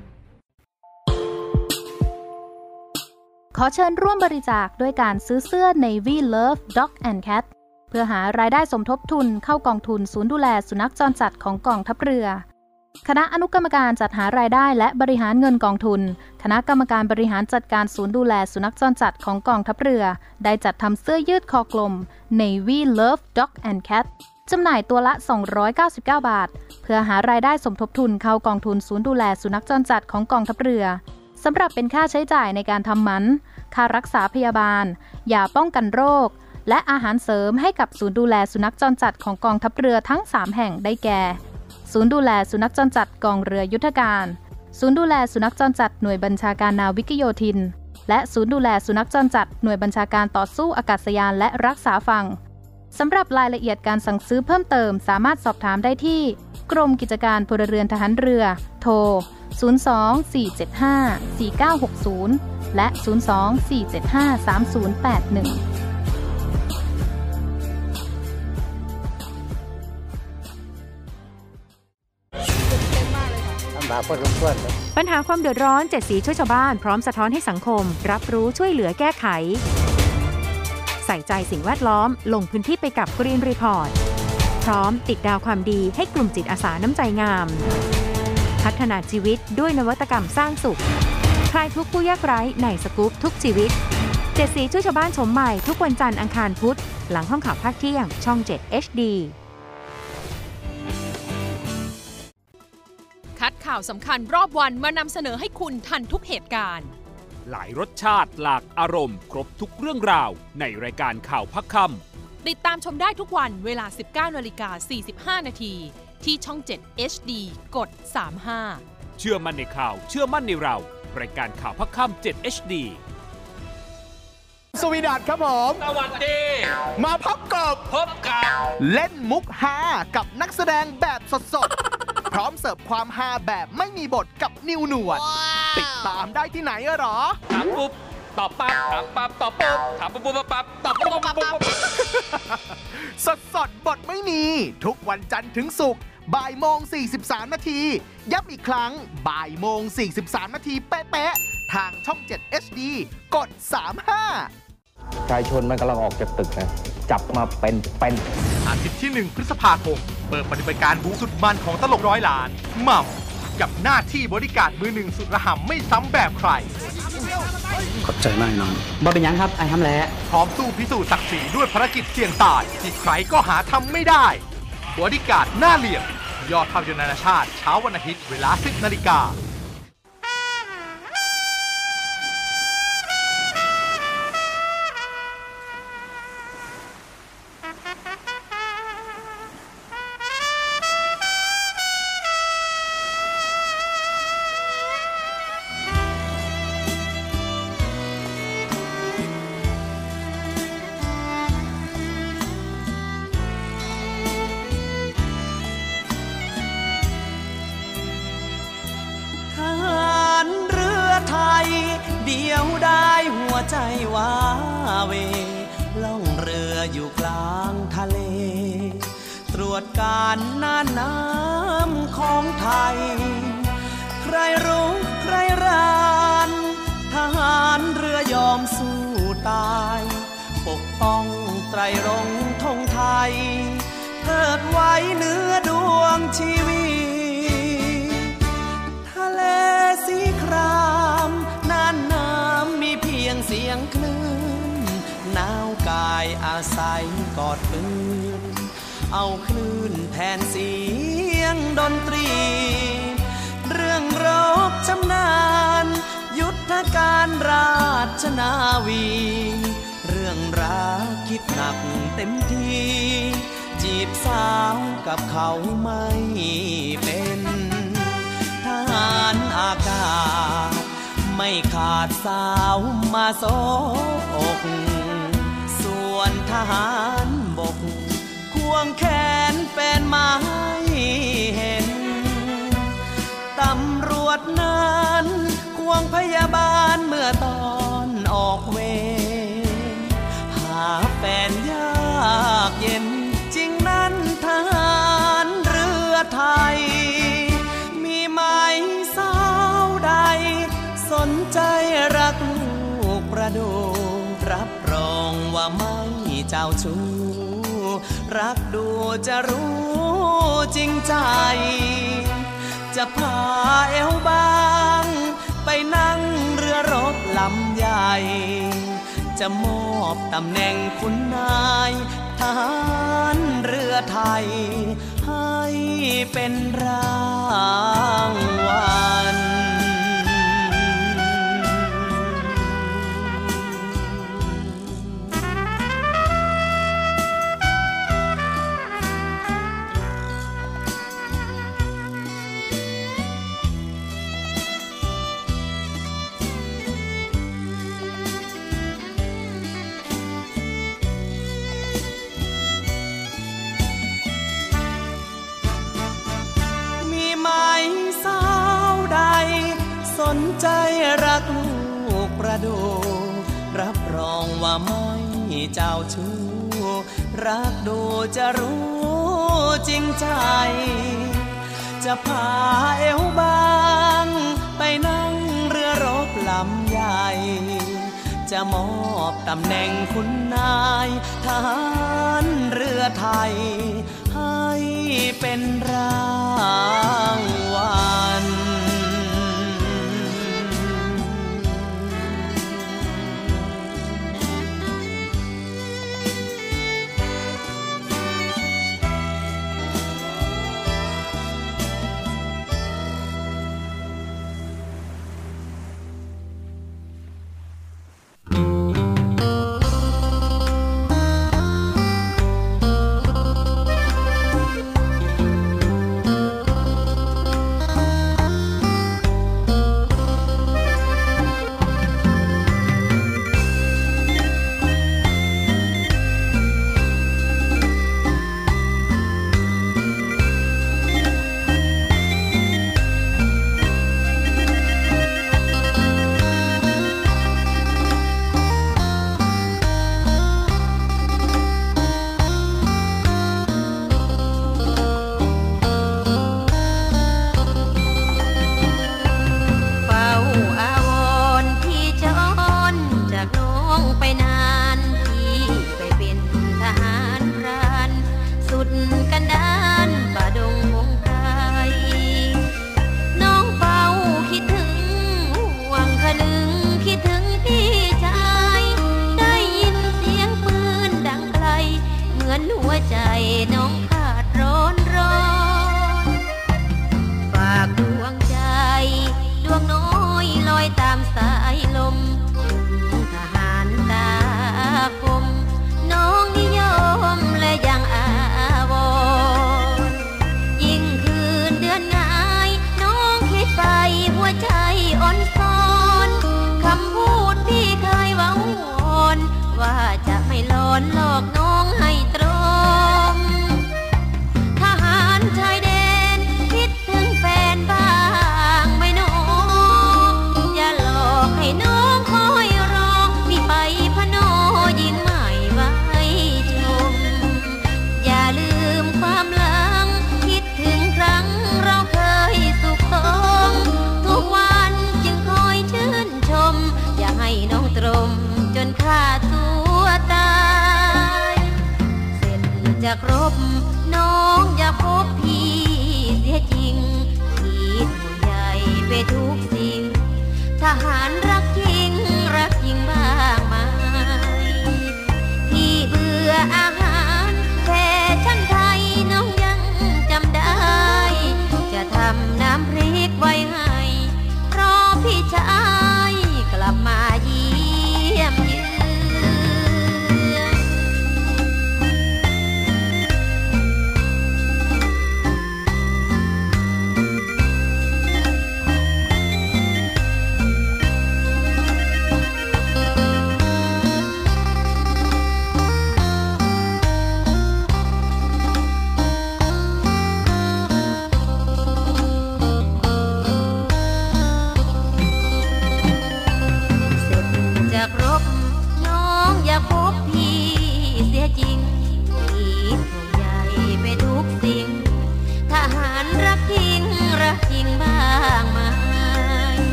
อเชิญร่วมบริจาคด้วยการซื้อเสื้อ Navy Love Dog and Cat เพื่อหารายได้สมทบทุนเข้ากองทุนศูนย์ดูแลสุนัขจรจัดของกองทัพเรือคณะอนุกรรมการจัดหารายได้และบริหารเงินกองทุนคณะกรรมการบริหารจัดการศูนย์ดูแลสุนัขจรจัดของกองทัพเรือได้จัดทำเสื้อยืดคอกลม Navy Love Dog and Cat จำหน่ายตัวละ299 บาทเพื่อหารายได้สมทบทุนเข้ากองทุนศูนย์ดูแลสุนัขจรจัดของกองทัพเรือสำหรับเป็นค่าใช้จ่ายในการทำหมันค่ารักษาพยาบาลยาป้องกันโรคและอาหารเสริมให้กับศูนย์ดูแลสุนัขจรจัดของกองทัพเรือทั้ง3แห่งได้แก่ศูนย์ดูแลสุนัขจรจัดกองเรือยุทธการศูนย์ดูแลสุนัขจรจัดหน่วยบัญชาการนาวิกโยธินและศูนย์ดูแลสุนัขจรจัดหน่วยบัญชาการต่อสู้อากาศยานและรักษาฝั่งสำหรับรายละเอียดการสั่งซื้อเพิ่มเติมสามารถสอบถามได้ที่กรมกิจการพลเรือนทหารเรือโทร024754960และ024753081 ปัญหาความเดือดร้อน7สีช่วยชาวบ้านพร้อมสะท้อนให้สังคมรับรู้ช่วยเหลือแก้ไขใส่ใจสิ่งแวดล้อมลงพื้นที่ไปกับ Green Report พร้อมติดดาวความดีให้กลุ่มจิตอาสาน้ำใจงามพัฒนาชีวิตด้วยนวัตกรรมสร้างสุขคลายทุกข์ผู้ยากไร้ในสกู๊ปทุกชีวิต7สีช่วยชาวบ้านชมใหม่ทุกวันจันทร์อังคารพุธหลังห้องข่าวภาคเที่ยงช่อง7 HD คัดข่าวสำคัญรอบวันมานำเสนอให้คุณทันทุกเหตุการณ์หลายรสชาติหลากอารมณ์ครบทุกเรื่องราวในรายการข่าวพักค่ำติดตามชมได้ทุกวันเวลา 19:45 น.ที่ช่อง7 HD กด35 เชื่อมั่นในข่าวเชื่อมั่นในเรารายการข่าวพักค่ำ7 HD สวีดัตครับผมสวัสดีมาพบกับเล่นมุกฮากับนักแสดงแบบสดๆ พร้อมเสิร์ฟความฮาแบบไม่มีบทกับนิวหนวด ติดตามได้ที่ไหนหรอถามปุ๊บตอบปั๊บถามปั๊บตอบปุ๊บถามปุ๊บปั๊บตอบปุ๊บปั๊บสดบทไม่มีทุกวันจันทร์ถึงศุกร์บ่ายโมง43 นาทีย้ำอีกครั้งบ่ายโมง43 นาทีเป๊ะๆทางช่อง7 HD กด35 ชายชนมันกำลังออกจากตึกนะจับมาเป็นอาทิตย์ที่1 พฤษภาคมเปิดปฏิบัติการบูสุดมันของตลก100 ล้านหม่ำกับหน้าที่บริการมือหนึ่งสุดระห่ำไม่ซ้ำแบบใครขอบใจมากน้องบ่เป็นยังครับไอ้ทำแล้วพร้อมสู้พิสูจน์ศักดิ์ศรีด้วยภารกิจเสี่ยงตายที่ใครก็หาทำไม่ได้บริการหน้าเหลี่ยมยอดภาพยนตร์นานาชาติเช้าวันอาทิตย์เวลา 10 นาฬิกาใจว้าเวล่องเรืออยู่กลางทะเลตรวจการน่านน้ำของไทยใครรู้ใครรานทหารเรือยอมสู้ตายปกป้องไตรรงค์ธงไทยเทิดไว้เหนือดวงชีวิตทะเลสีครามน่านน้ำมีเพียงเสียงคลื่นหนาวกายอาศัยกอดปืนเอาคลื่นแทนเสียงดนตรีเรื่องรบชำนาญยุทธการราชนาวีเรื่องรักคิดหนักเต็มทีจีบสาวกับเขาไม่เป็นทหารอากาศไม่ขาดสาวมาโซอกส่วนทหารบกควงแขนแฟนมาให้เห็นตำรวจนั้นควงพยาบาลเมื่อตอนออกเวรหาแฟนยากเย็นจริงนั้นทหารเรือไทยมีไหมสาวใดสนใจรักลูกประดุว่าไม่เจ้าชู้รักดูจะรู้จริงใจจะพาเอวบางไปนั่งเรือรบลำใหญ่จะมอบตำแหน่งคุณนายทหารเรือไทยให้เป็นรางวัลสนใจรักลูกประดูรับรองว่าไม่เจ้าชู้รักดูจะรู้จริงใจจะพาเอวบางไปนั่งเรือรบลำใหญ่จะมอบตำแหน่งคุณนายทหารเรือไทยให้เป็นรางวัลจะครบน้องอย่าพบพี่เสียจริงคิดห่วงใยไปทุกสิ่งทหารรักจริงรักจริงบ้างไหมพี่เบื่ออาหารแฟชั่นไทยน้องยังจำได้จะทำน้ำพริกไว้ให้รอพี่ชายกลับมาเยี่ยมเยือน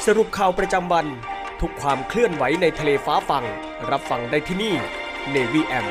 สรุปข่าวประจำวันทุกความเคลื่อนไหวในทะเลฟ้าฟังรับฟังได้ที่นี่ Navy AM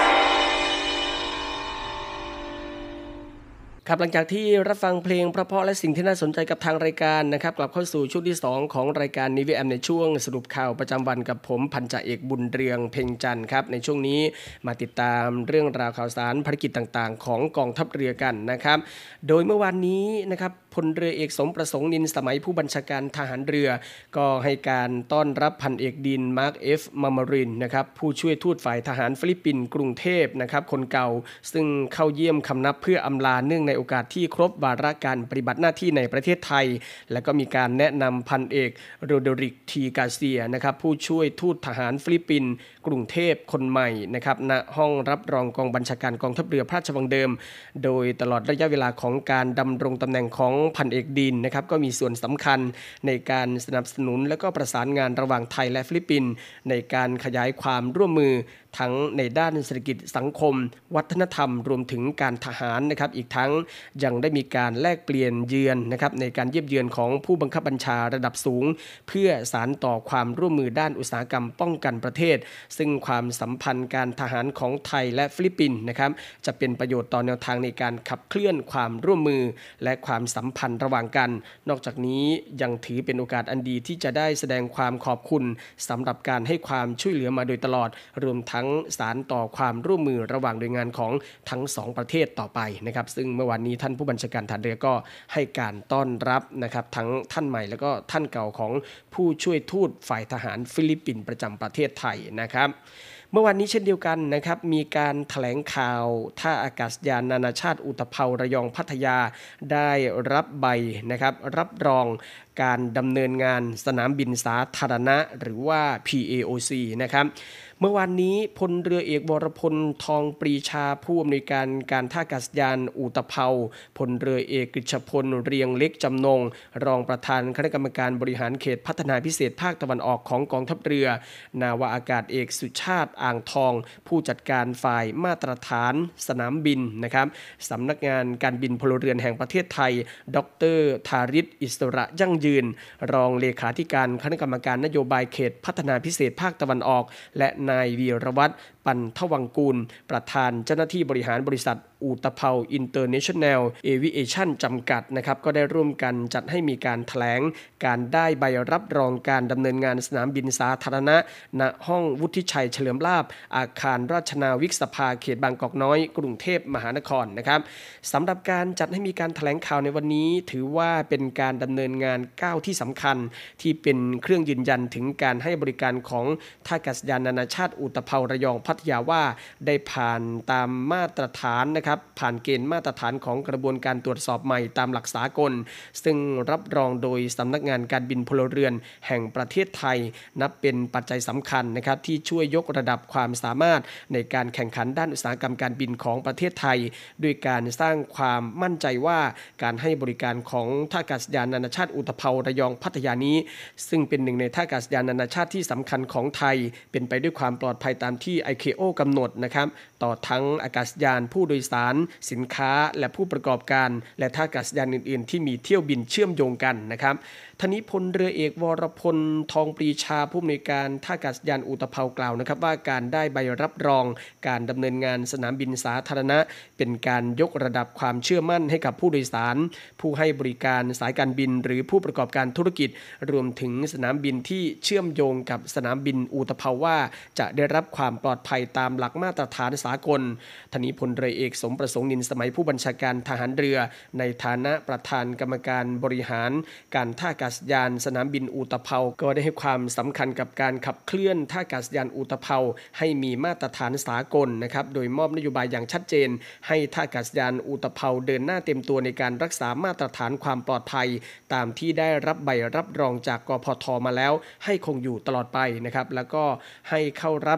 ครับหลังจากที่รับฟังเพลงเพราะๆและสิ่งที่น่าสนใจกับทางรายการนะครับกลับเข้าสู่ช่วงที่2ของรายการ Navy AM ในช่วงสรุปข่าวประจำวันกับผมพันจ่าเอกบุญเรืองเพ็งจันทร์ครับในช่วงนี้มาติดตามเรื่องราวข่าวสารภารกิจต่างๆของกองทัพเรือกันนะครับโดยเมื่อวานนี้นะครับพลเรือเอกสมประสงค์นินสมัยผู้บัญชาการทหารเรือก็ให้การต้อนรับพันเอกดินมาร์คเอฟมามารินนะครับผู้ช่วยทูตฝ่ายทหารฟิลิปปินส์กรุงเทพนะครับคนเก่าซึ่งเข้าเยี่ยมคำนับเพื่ออำลาเนื่องในโอกาสที่ครบวาระการปฏิบัติหน้าที่ในประเทศไทยและก็มีการแนะนำพันเอกโรเดริกทีกาเซียนะครับผู้ช่วยทูตทหารฟิลิปปินส์กรุงเทพคนใหม่นะครับณห้องรับรองกองบัญชาการกองทัพเรือพระราชวังเดิมโดยตลอดระยะเวลาของการดำรงตำแหน่งของพันเอกดินนะครับก็มีส่วนสำคัญในการสนับสนุนและก็ประสานงานระหว่างไทยและฟิลิปปินส์ในการขยายความร่วมมือทั้งในด้านเศรษฐกิจสังคมวัฒนธรรมรวมถึงการทหารนะครับอีกทั้งยังได้มีการแลกเปลี่ยนเยือนนะครับในการเยี่ยมเยือนของผู้บังคับบัญชาระดับสูงเพื่อสานต่อความร่วมมือด้านอุตสาหกรรมป้องกันประเทศซึ่งความสัมพันธ์การทหารของไทยและฟิลิปปินส์นะครับจะเป็นประโยชน์ต่อแนวทางในการขับเคลื่อนความร่วมมือและความสัมพันธ์ระหว่างกันนอกจากนี้ยังถือเป็นโอกาสอันดีที่จะได้แสดงความขอบคุณสำหรับการให้ความช่วยเหลือมาโดยตลอดรวมทั้งสานต่อความร่วมมือระหว่างหน่วยงานของทั้ง2ประเทศต่อไปนะครับซึ่งเมื่อวานนี้ท่านผู้บัญชาการทหารเรือก็ให้การต้อนรับนะครับทั้งท่านใหม่แล้วก็ท่านเก่าของผู้ช่วยทูตฝ่ายทหารฟิลิปปินส์ประจำประเทศไทยนะครับเมื่อวานนี้เช่นเดียวกันนะครับมีการแถลงข่าวท่าอากาศยานนานาชาติอุตภเปาระยองพัทยาได้รับใบนะครับรับรองการดำเนินงานสนามบินสาธารณะหรือว่า PAOC นะครับเมื่อวานนี้พลเรือเอกวรพลทองปรีชาผู้อำนวยการการท่าอากาศยานอุตภเปาพลเรือเอกกฤษพลเรียงเล็กจำนงรองประธานคณะกรรมการบริหารเขตพัฒนาพิเศษภาคตะวันออกของกองทัพเรือนาวาอากาศเอกสุชาติอ่างทองผู้จัดการฝ่ายมาตรฐานสนามบินนะครับสำนักงานการบินพลเรือนแห่งประเทศไทยดร.ธาริศอิสระยั่งยืนรองเลขาธิการคณะกรรมการนโยบายเขตพัฒนาพิเศษภาคตะวันออกและนายวีรวัฒน์ปันทวังกูลประธานเจ้าหน้าที่บริหารบริษัทอุตภเปาอินเตอร์เนชั่นแนลเอวิเอชั่นจำกัดนะครับก็ได้ร่วมกันจัดให้มีการแถลงการได้ใบรับรองการดำเนินงานสนามบินสาธารณะณห้องวุฒิชัยเฉลิมลาภอาคารราชนาวิกสภาเขตบางกอกน้อยกรุงเทพมหานครนะครับสำหรับการจัดให้มีการแถลงข่าวในวันนี้ถือว่าเป็นการดำเนินงานก้าวที่สำคัญที่เป็นเครื่องยืนยันถึงการให้บริการของท่าอากาศยานนานาชาติอุตภเประยองพัทยาว่าได้ผ่านตามมาตรฐานนะครับผ่านเกณฑ์มาตรฐานของกระบวนการตรวจสอบใหม่ตามหลักสากลซึ่งรับรองโดยสำนักงานการบินพลเรือนแห่งประเทศไทยนับเป็นปัจจัยสำคัญนะครับที่ช่วยยกระดับความสามารถในการแข่งขันด้านอุตสาหกรรมการบินของประเทศไทยด้วยการสร้างความมั่นใจว่าการให้บริการของท่าอากาศยานนานาชาติอุตภเประยองพัทยานี้ซึ่งเป็นหนึ่งในท่าอากาศยานนานาชาติที่สำคัญของไทยเป็นไปด้วยความปลอดภัยตามที่ ICAO กำหนดนะครับต่อทั้งอากาศยานผู้โดยสารสินค้าและผู้ประกอบการและท่าอากาศยานอื่นๆที่มีเที่ยวบินเชื่อมโยงกันนะครับท่านี้พลเรือเอกวรพลทองปรีชาผู้อำนวยการท่าอากาศยานอุตภเปากล่าวนะครับว่าการได้ใบรับรองการดำเนินงานสนามบินสาธารณะเป็นการยกระดับความเชื่อมั่นให้กับผู้โดยสารผู้ให้บริการสายการบินหรือผู้ประกอบการธุรกิจรวมถึงสนามบินที่เชื่อมโยงกับสนามบินอุตภเปาว่าจะได้รับความปลอดภัยตามหลักมาตรฐานสากลท่านี้พลเรือเอกสมประสงค์นินสมัยผู้บัญชาการทหารเรือในฐานะประธานกรรมการบริหารการท่าอากาศยานสนามบินอุตภเปาก็ได้ให้ความสำคัญกับการขับเคลื่อนท่าอากาศยานอุตภเปาให้มีมาตรฐานสากลนะครับโดยมอบนโยบายอย่างชัดเจนให้ท่าอากาศยานอุตภเปาเดินหน้าเต็มตัวในการรักษามาตรฐานความปลอดภัยตามที่ได้รับใบรับรองจากกพท.มาแล้วให้คงอยู่ตลอดไปนะครับแล้วก็ให้เข้ารับ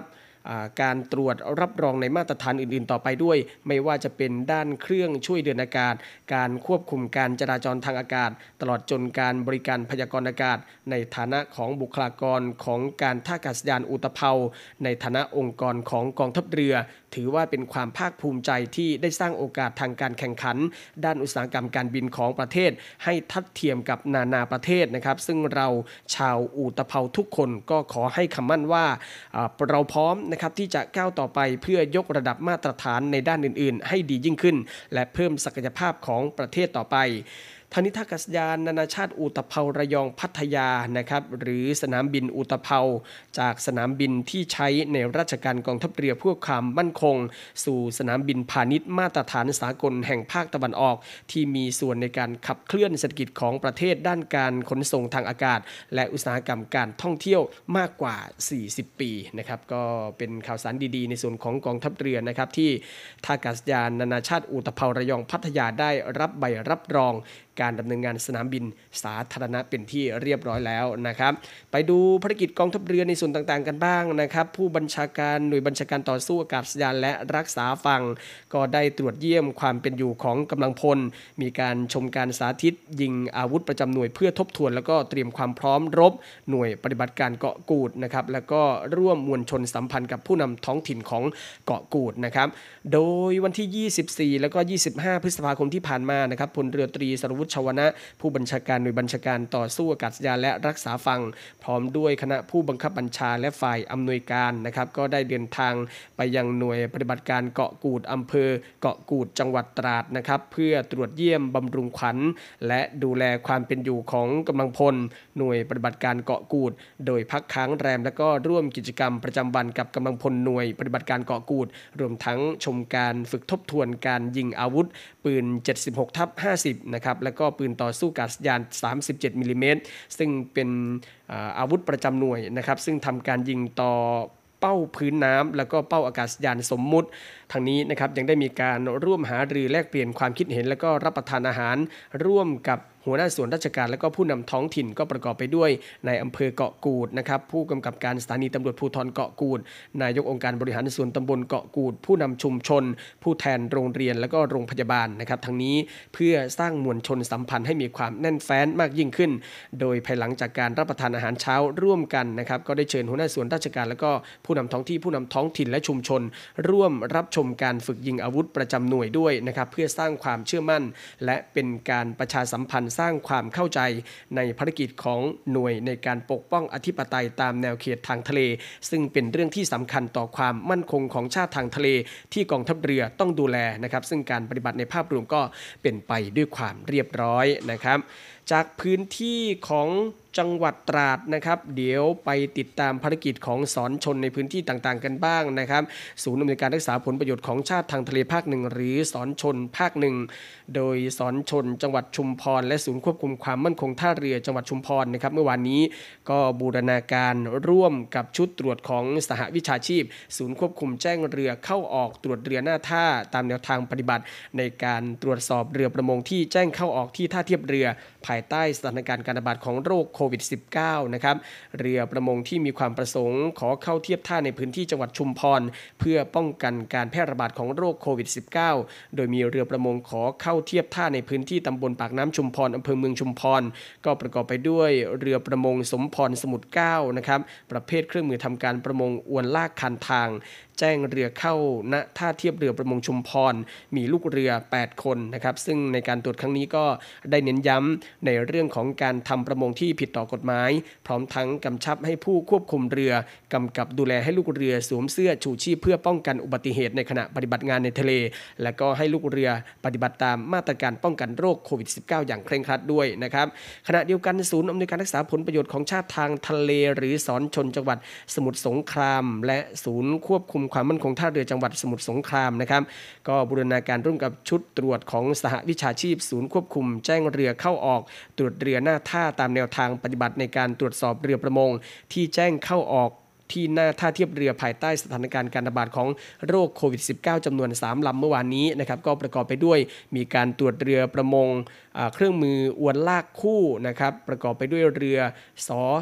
การตรวจรับรองในมาตรฐานอื่นๆต่อไปด้วยไม่ว่าจะเป็นด้านเครื่องช่วยเดินอากาศการควบคุมการจราจรทางอากาศตลอดจนการบริการพยากรณ์อากาศในฐานะของบุคลากรของการท่าอากาศยานอุตภาวในฐานะองค์กรของกองทัพเรือถือว่าเป็นความภาคภูมิใจที่ได้สร้างโอกาสทางการแข่งขันด้านอุตสาหกรรมการบินของประเทศให้ทัดเทียมกับนานาประเทศนะครับซึ่งเราชาวอุตภาวทุกคนก็ขอให้คำมั่นว่าเราพร้อมนะครับที่จะก้าวต่อไปเพื่อยกระดับมาตรฐานในด้านอื่นๆให้ดียิ่งขึ้นและเพิ่มศักยภาพของประเทศต่อไปทางนี้ท่าอากาศยานนานาชาติอุตภาวระยองพัทยานะครับหรือสนามบินอุตภาวจากสนามบินที่ใช้ในราชการกองทัพเรือเพื่อความมั่นคงสู่สนามบินพาณิชย์มาตรฐานสากลแห่งภาคตะวันออกที่มีส่วนในการขับเคลื่อนเศรษฐกิจของประเทศด้านการขนส่งทางอากาศและอุตสาหกรรมการท่องเที่ยวมากกว่า40ปีนะครับก็เป็นข่าวสารดีๆในส่วนของกองทัพเรือนะครับที่ท่าอากาศยานนานาชาติอุตภาวระยองพัทยาได้รับใบรับรองการดำเนินงานสนามบินสาธารณะเป็นที่เรียบร้อยแล้วนะครับไปดูภารกิจกองทัพเรือในส่วนต่างๆกันบ้างนะครับผู้บัญชาการหน่วยบัญชาการต่อสู้อากาศยานและรักษาฝั่งก็ได้ตรวจเยี่ยมความเป็นอยู่ของกำลังพลมีการชมการสาธิตยิงอาวุธประจำหน่วยเพื่อทบทวนแล้วก็เตรียมความพร้อมรบหน่วยปฏิบัติการเกาะกูดนะครับแล้วก็ร่วมมวลชนสัมพันธ์กับผู้นำท้องถิ่นของเกาะกูดนะครับโดยวันที่24แล้วก็25พฤษภาคมที่ผ่านมานะครับพลเรือตรีสรวุฒิชวนะผู้บัญชาการหน่วยบัญชาการต่อสู้อากาศยานและรักษาฝั่งพร้อมด้วยคณะผู้บังคับบัญชาและฝ่ายอำนวยการนะครับก็ได้เดินทางไปยังหน่วยปฏิบัติการเกาะกูดอำเภอเกาะกูดจังหวัดตราดนะครับเพื่อตรวจเยี่ยมบำรุงขวัญและดูแลความเป็นอยู่ของกำลังพลหน่วยปฏิบัติการเกาะกูดโดยพักค้างแรมและก็ร่วมกิจกรรมประจำวันกับกำลังพลหน่วยปฏิบัติการเกาะกูดรวมทั้งชมการฝึกทบทวนการยิงอาวุธปืน 76/50 นะครับแล้วก็ปืนต่อสู้อากาศยาน 37 มิลลิเมตรซึ่งเป็นอาวุธประจำหน่วยนะครับซึ่งทำการยิงต่อเป้าพื้นน้ำแล้วก็เป้าอากาศยานสมมุติทางนี้นะครับยังได้มีการร่วมหารือแลกเปลี่ยนความคิดเห็นแล้วก็รับประทานอาหารร่วมกับหัวหน้าส่วนราชการและก็ผู้นำท้องถิ่นก็ประกอบไปด้วยในอำเภอเกาะกูดนะครับผู้กำกับการสถานีตำรวจภูธรเกาะกูดนายกองค์การบริหารส่วนตำบลเกาะกูดผู้นำชุมชนผู้แทนโรงเรียนและก็โรงพยาบาลนะครับทั้งนี้เพื่อสร้างมวลชนสัมพันธ์ให้มีความแน่นแฟ้นมากยิ่งขึ้นโดยภายหลังจากการรับประทานอาหารเช้าร่วมกันนะครับก็ได้เชิญหัวหน้าส่วนราชการและก็ผู้นำท้องที่ผู้นำท้องถิ่นและชุมชนร่วมรับชมการฝึกยิงอาวุธประจำหน่วยด้วยนะครับเพื่อสร้างความเชื่อมั่นและเป็นการประชาสัมพันธ์สร้างความเข้าใจในภารกิจของหน่วยในการปกป้องอธิปไตยตามแนวเขตทางทะเลซึ่งเป็นเรื่องที่สำคัญต่อความมั่นคงของชาติทางทะเลที่กองทัพเรือต้องดูแลนะครับซึ่งการปฏิบัติในภาพรวมก็เป็นไปด้วยความเรียบร้อยนะครับจากพื้นที่ของจังหวัดตราดนะครับเดี๋ยวไปติดตามภารกิจของสอนชนในพื้นที่ต่างๆกันบ้างนะครับศูนย์อำนวยการรักษาผลประโยชน์ของชาติทางทะเลภาคหนึ่งหรือสอนชนภาคหนึ่งโดยสอนชนจังหวัดชุมพรและศูนย์ควบคุมความมั่นคงท่าเรือจังหวัดชุมพรนะครับเมื่อวานนี้ก็บูรณาการร่วมกับชุดตรวจของสหวิชาชีพศูนย์ควบคุมแจ้งเรือเข้าออกตรวจเรือหน้าท่าตามแนวทางปฏิบัติในการตรวจสอบเรือประมงที่แจ้งเข้าออกที่ท่าเทียบเรือภายใต้สถานการณ์การระบาดของโรคโควิด -19 นะครับเรือประมงที่มีความประสงค์ขอเข้าเทียบท่าในพื้นที่จังหวัดชุมพรเพื่อป้องกันการแพร่ระบาดของโรคโควิด -19 โดยมีเรือประมงขอเข้าเทียบท่าในพื้นที่ตำบลปากน้ำชุมพรอำเภอเมืองชุมพรก็ประกอบไปด้วยเรือประมงสมพรสมุทร9นะครับประเภทเครื่องมือทำการประมงอวนลากคันทางแจ้งเรือเข้าณท่าเทียบเรือประมงชุมพรมีลูกเรือ8คนนะครับซึ่งในการตรวจครั้งนี้ก็ได้เน้นย้ำในเรื่องของการทำประมงที่ผิดต่อกฎหมายพร้อมทั้งกำชับให้ผู้ควบคุมเรือกำกับดูแลให้ลูกเรือสวมเสื้อชูชีพเพื่อป้องกันอุบัติเหตุในขณะปฏิบัติงานในทะเลและก็ให้ลูกเรือปฏิบัติตามมาตรการป้องกันโรคโควิด -19 อย่างเคร่งครัดด้วยนะครับขณะเดียวกันศูนย์อำนวยการรักษาผลประโยชน์ของชาติทางทะเลหรือสอนชนจังหวัดสมุทรสงครามและศูนย์ควบคุมความมั่นคงท่าเรือจังหวัดสมุทรสงครามนะครับก็บูรณาการร่วมกับชุดตรวจของสหวิชาชีพศูนย์ควบคุมแจ้งเรือเข้าออกตรวจเรือหน้าท่าตามแนวทางปฏิบัติในการตรวจสอบเรือประมงที่แจ้งเข้าออกที่หน้าท่าเทียบเรือภายใต้สถานการณ์การระบาดของโรคโควิด -19 จำนวน3ลำเมื่อวานนี้นะครับก็ประกอบไปด้วยมีการตรวจเรือประมงเครื่องมืออวนลากคู่นะครับประกอบไปด้วยเรือส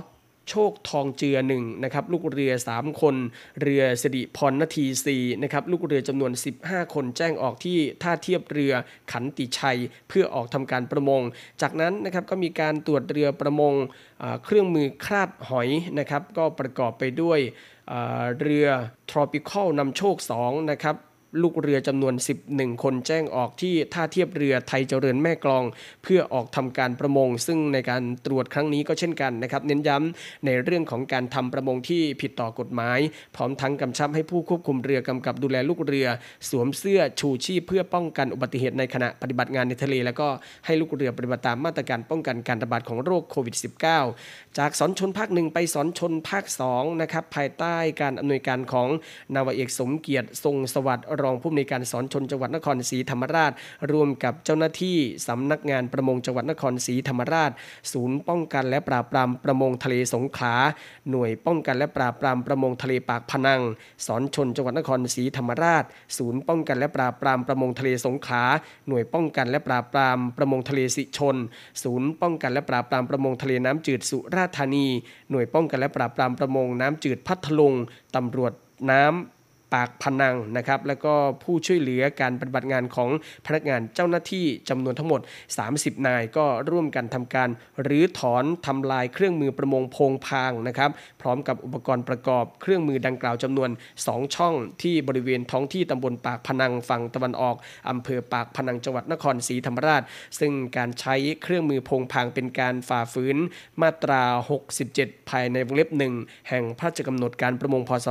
โชคทองเจือ1นะครับลูกเรือ3คนเรือสิริพรณที4นะครับลูกเรือจำนวน15คนแจ้งออกที่ท่าเทียบเรือขันติชัยเพื่อออกทำการประมงจากนั้นนะครับก็มีการตรวจเรือประมงเครื่องมือคลาดหอยนะครับก็ประกอบไปด้วยเรือ Tropical นำโชค2นะครับลูกเรือจำนวน11คนแจ้งออกที่ท่าเทียบเรือไทยเจริญแม่กลองเพื่อออกทำการประมงซึ่งในการตรวจครั้งนี้ก็เช่นกันนะครับเน้นย้ำในเรื่องของการทำประมงที่ผิดต่อกฎหมายพร้อมทั้งกำชับให้ผู้ควบคุมเรือกำกับดูแลลูกเรือสวมเสื้อชูชีพเพื่อป้องกันอุบัติเหตุในขณะปฏิบัติงานในทะเลแล้วก็ให้ลูกเรือปฏิบัติตามมาตรการป้องกันการระบาดของโรคโควิด -19 จากสอนชนภาค1ไปสอนชนภาค2นะครับภายใต้การอำนวยการของนาวาเอกสมเกียรติทรงสวัสดิ์รองผู้อำนวยการสอนชนจังหวัดนครศรีธรรมราชร่วมกับเจ้าหน้าที่สำนักงานประมงจังหวัดนครศรีธรรมราชศูนย์ป้องกันและปราบปรามประมงทะเลสงขลาหน่วยป้องกันและปราบปรามประมงทะเลปากพนังสอนชนจังหวัดนครศรีธรรมราชศูนย์ป้องกันและปราบปรามประมงทะเลสงขลาหน่วยป้องกันและปราบปรามประมงทะเลสิชนศูนย์ป้องกันและปราบปรามประมงทะเลน้ำจืดสุราษฎร์ธานีหน่วยป้องกันและปราบปรามประมงน้ำจืดพัทลุงตำรวจน้ำปากพนังนะครับแล้วก็ผู้ช่วยเหลือการปฏิบัติงานของพนักงานเจ้าหน้าที่จำนวนทั้งหมด30นายก็ร่วมกันทำการรื้อถอนทำลายเครื่องมือประมงโพงพางนะครับพร้อมกับอุปกรณ์ประกอบเครื่องมือดังกล่าวจำนวน2ช่องที่บริเวณท้องที่ตำบลปากพนังฝั่งตะวันออกอำเภอปากพนังจังหวัดนครศรีธรรมราชซึ่งการใช้เครื่องมือโพงพางเป็นการฝ่าฝืนมาตรา67ภายในวงเล็บ1แห่งพระราชกำหนดการประมงพ.ศ.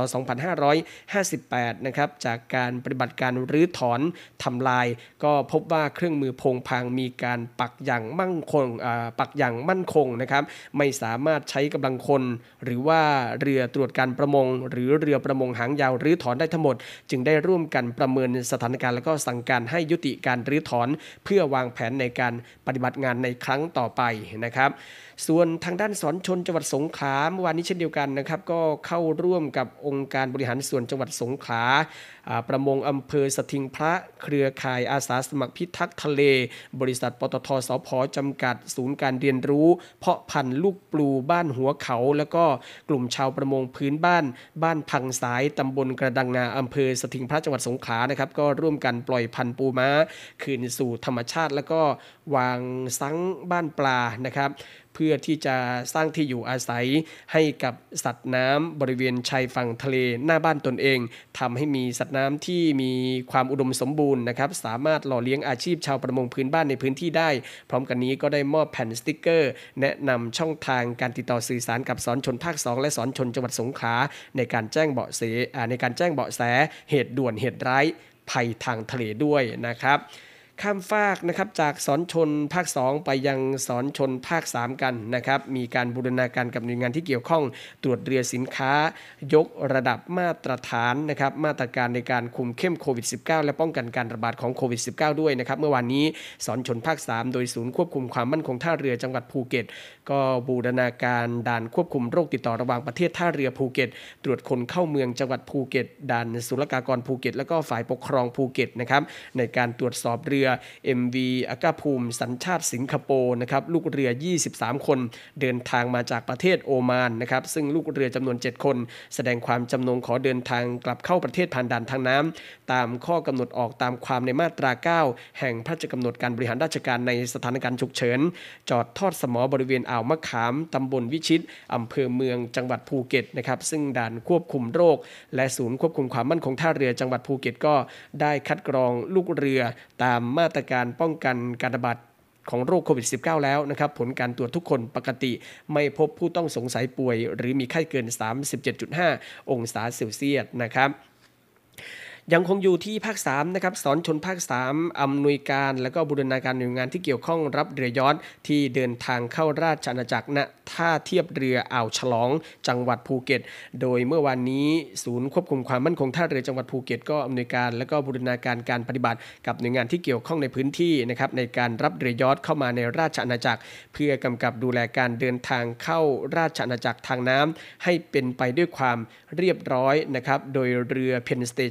2558นะครับจากการปฏิบัติการรื้อถอนทำลายก็พบว่าเครื่องมือโพงพางมีการปักอย่างมั่นคงนะครับไม่สามารถใช้กำลังคนหรือว่าเรือตรวจการประมงหรือเรือประมงหางยาวรื้อถอนได้ทั้งหมดจึงได้ร่วมกันประเมินสถานการณ์แล้วก็สั่งการให้ยุติการรื้อถอนเพื่อวางแผนในการปฏิบัติงานในครั้งต่อไปนะครับส่วนทางด้านสอนชนจังหวัดสงขลาเมื่อวานนี้เช่นเดียวกันนะครับก็เข้าร่วมกับองค์การบริหารส่วนจังหวัดสงขลาประมงอำเภอสถิงพระเครือข่ายอาสาสมัครพิทักษ์ทะเลบริษัทปตท.สผ.จำกัดศูนย์การเรียนรู้เพาะพันธุ์ลูกปลูบ้านหัวเขาแล้วก็กลุ่มชาวประมงพื้นบ้านพังสายตำบลกระดังงาอำเภอสถิงพระจังหวัดสงขลานะครับก็ร่วมกันปล่อยพันธุ์ปูม้าคืนสู่ธรรมชาติแล้วก็วางซังบ้านปลานะครับเพื่อที่จะสร้างที่อยู่อาศัยให้กับสัตว์น้ำบริเวณชายฝั่งทะเลหน้าบ้านตนเองทำให้มีสัตว์น้ำที่มีความอุดมสมบูรณ์นะครับสามารถหล่อเลี้ยงอาชีพชาวประมงพื้นบ้านในพื้นที่ได้พร้อมกันนี้ก็ได้มอบแผ่นสติ๊กเกอร์แนะนำช่องทางการติดต่อสื่อสารกับสอนชนภาค2และสอนชนจังหวัดสงขลาในการแจ้งเบาะแสเหตุด่วนเหตุร้ายภัยทางทะเลด้วยนะครับข้ามฟากนะครับจากสอนชนภาค2ไปยังสอนชนภาค3กันนะครับมีการบูรณาการกับหน่วยงานที่เกี่ยวข้องตรวจเรือสินค้ายกระดับมาตรฐานนะครับมาตรการในการคุมเข้มโควิด -19 และป้องกันการระบาดของโควิด -19 ด้วยนะครับเมื่อวานนี้สอนชนภาค3โดยศูนย์ควบคุมความมั่นคงท่าเรือจังหวัดภูเก็ตก็บูรณาการด่านควบคุมโรคติดต่อระหว่างประเทศท่าเรือภูเก็ตตรวจคนเข้าเมืองจังหวัดภูเก็ตด่านศุลกากรภูเก็ตแล้วก็ฝ่ายปกครองภูเก็ตนะครับในการตรวจสอบเรือ MV อากาภูมิสัญชาติสิงคโปร์นะครับลูกเรือ23คนเดินทางมาจากประเทศโอมานนะครับซึ่งลูกเรือจำนวน7คนแสดงความจำนงขอเดินทางกลับเข้าประเทศผ่านด่านทางน้ำตามข้อกำหนดออกตามความในมาตรา9แห่งพระราชกำหนดการบริหารราชการในสถานการณ์ฉุกเฉินจอดทอดสมอบริเวณอ่าวมะขามตำบลวิชิตอำเภอเมืองจังหวัดภูเก็ตนะครับซึ่งด่านควบคุมโรคและศูนย์ควบคุมความมั่นคงท่าเรือจังหวัดภูเก็ตก็ได้คัดกรองลูกเรือตามมาตรการป้องกันการระบาดของโรคโควิด -19 แล้วนะครับผลการตรวจทุกคนปกติไม่พบผู้ต้องสงสัยป่วยหรือมีไข้เกิน 37.5 องศาเซลเซียสนะครับยังคงอยู่ที่ภาค3นะครับสอนชนภาค3อำนวยการและก็บูรณาการหน่วยงานที่เกี่ยวข้องรับเรือยอชต์ที่เดินทางเข้าราชอาณาจักรณท่าเทียบเรืออ่าวฉลองจังหวัดภูเก็ตโดยเมื่อวานนี้ศูนย์ควบคุมความมั่นคงท่าเรือจังหวัดภูเก็ตก็อำนวยการและก็บูรณาการการปฏิบัติกับหน่วยงานที่เกี่ยวข้องในพื้นที่นะครับในการรับเรือยอชต์เข้ามาในราชอาณาจักรเพื่อกำกับดูแลการเดินทางเข้าราชอาณาจักรทางน้ำให้เป็นไปด้วยความเรียบร้อยนะครับโดยเรือเพนสเตชันสัญ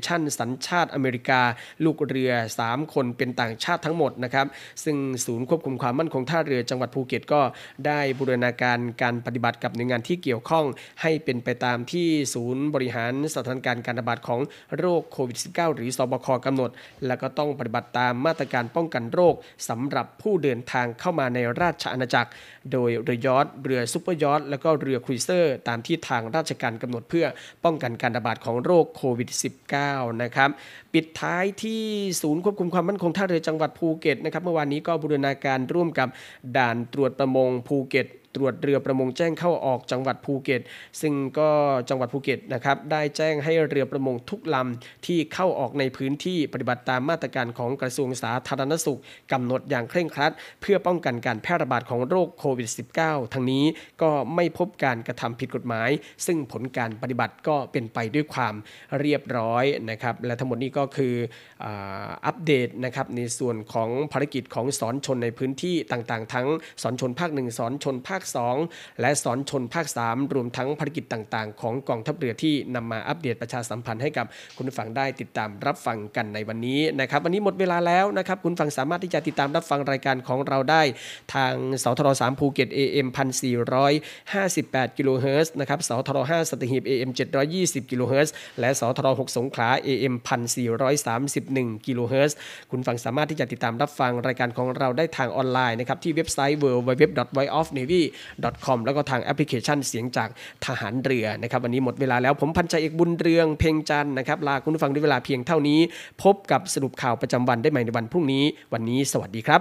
สัญชาติอเมริกาลูกเรือ3คนเป็นต่างชาติทั้งหมดนะครับซึ่งศูนย์ควบคุมความมั่นคงท่าเรือจังหวัดภูเก็ตก็ได้บูรณาการการปฏิบัติกับหน่วยงานที่เกี่ยวข้องให้เป็นไปตามที่ศูนย์บริหารสถานการณ์การระบาดของโรคโควิด -19 หรือสบคกำหนดและก็ต้องปฏิบัติตามมาตรการป้องกันโรคสำหรับผู้เดินทางเข้ามาในราชอาณาจักรโดยเรือยอชต์เรือซุปเปอร์ยอชต์และก็เรือครูเซอร์ตามที่ทางราชการกำหนดเพื่อป้องกันการระบาดของโรคโควิด -19 นะครับปิดท้ายที่ศูนย์ควบคุมความมั่นคงท่าเรือจังหวัดภูเก็ตนะครับเมื่อวานนี้ก็บูรณาการร่วมกับด่านตรวจประมงภูเก็ตตรวจเรือประมงแจ้งเข้าออกจังหวัดภูเก็ตซึ่งก็จังหวัดภูเก็ตนะครับได้แจ้งให้เรือประมงทุกลำที่เข้าออกในพื้นที่ปฏิบัติตามมาตรการของกระทรวงสาธารณสุขกำหนดอย่างเคร่งครัดเพื่อป้องกันการแพร่ระบาดของโรคโควิด -19 ทั้งนี้ก็ไม่พบการกระทำผิดกฎหมายซึ่งผลการปฏิบัติก็เป็นไปด้วยความเรียบร้อยนะครับและทั้งหมดนี้ก็คืออัปเดตนะครับในส่วนของภารกิจของสอนชนในพื้นที่ต่างๆทั้งสอนชนภาค1สอนชนภาค2และสอนชนภาค3รวมทั้งภารกิจต่างๆของกองทัพเรือที่นำมาอัปเดตประชาสัมพันธ์ให้กับคุณผู้ฟังได้ติดตามรับฟังกันในวันนี้นะครับวันนี้หมดเวลาแล้วนะครับคุณผู้ฟังสามารถที่จะติดตามรับฟังรายการของเราได้ทางสทร3ภูเก็ต AM 1458 กิโลเฮิรตซ์นะครับสทร5สัตหีบ AM 720 กิโลเฮิรตซ์และสทร6สงขลา AM 1431 กิโลเฮิรตซ์คุณผู้ฟังสามารถที่จะติดตามรับฟังรายการของเราได้ทางออนไลน์นะครับที่เว็บไซต์ www.voiceofnavy.com แล้วก็ทางแอปพลิเคชันเสียงจากทหารเรือนะครับวันนี้หมดเวลาแล้วผมพันชัยเอกบุญเรืองเพ็งจันทร์นะครับลาคุณผู้ฟังด้วยเวลาเพียงเท่านี้พบกับสรุปข่าวประจำวันได้ใหม่ในวันพรุ่งนี้วันนี้สวัสดีครับ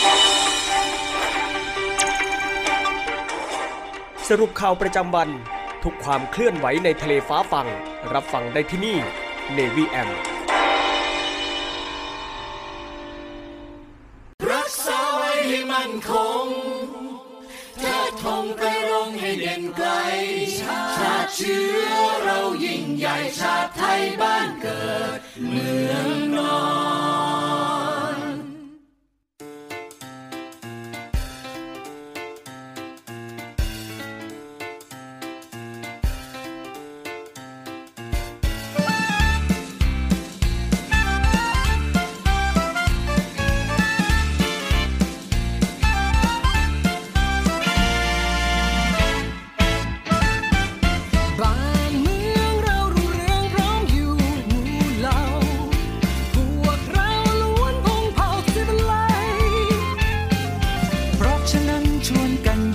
สรุปข่าวประจำวันทุกความเคลื่อนไหวในทะเลฟ้าฟังรับฟังได้ที่นี่ Navy AM รักษาไว้ให้มั่นคงเทิดธงไตรรงค์ให้เด่นไกลชาติเชื้อเรายิ่งใหญ่ชาติไทยบ้านเกิดเมืองนอนชวนกัน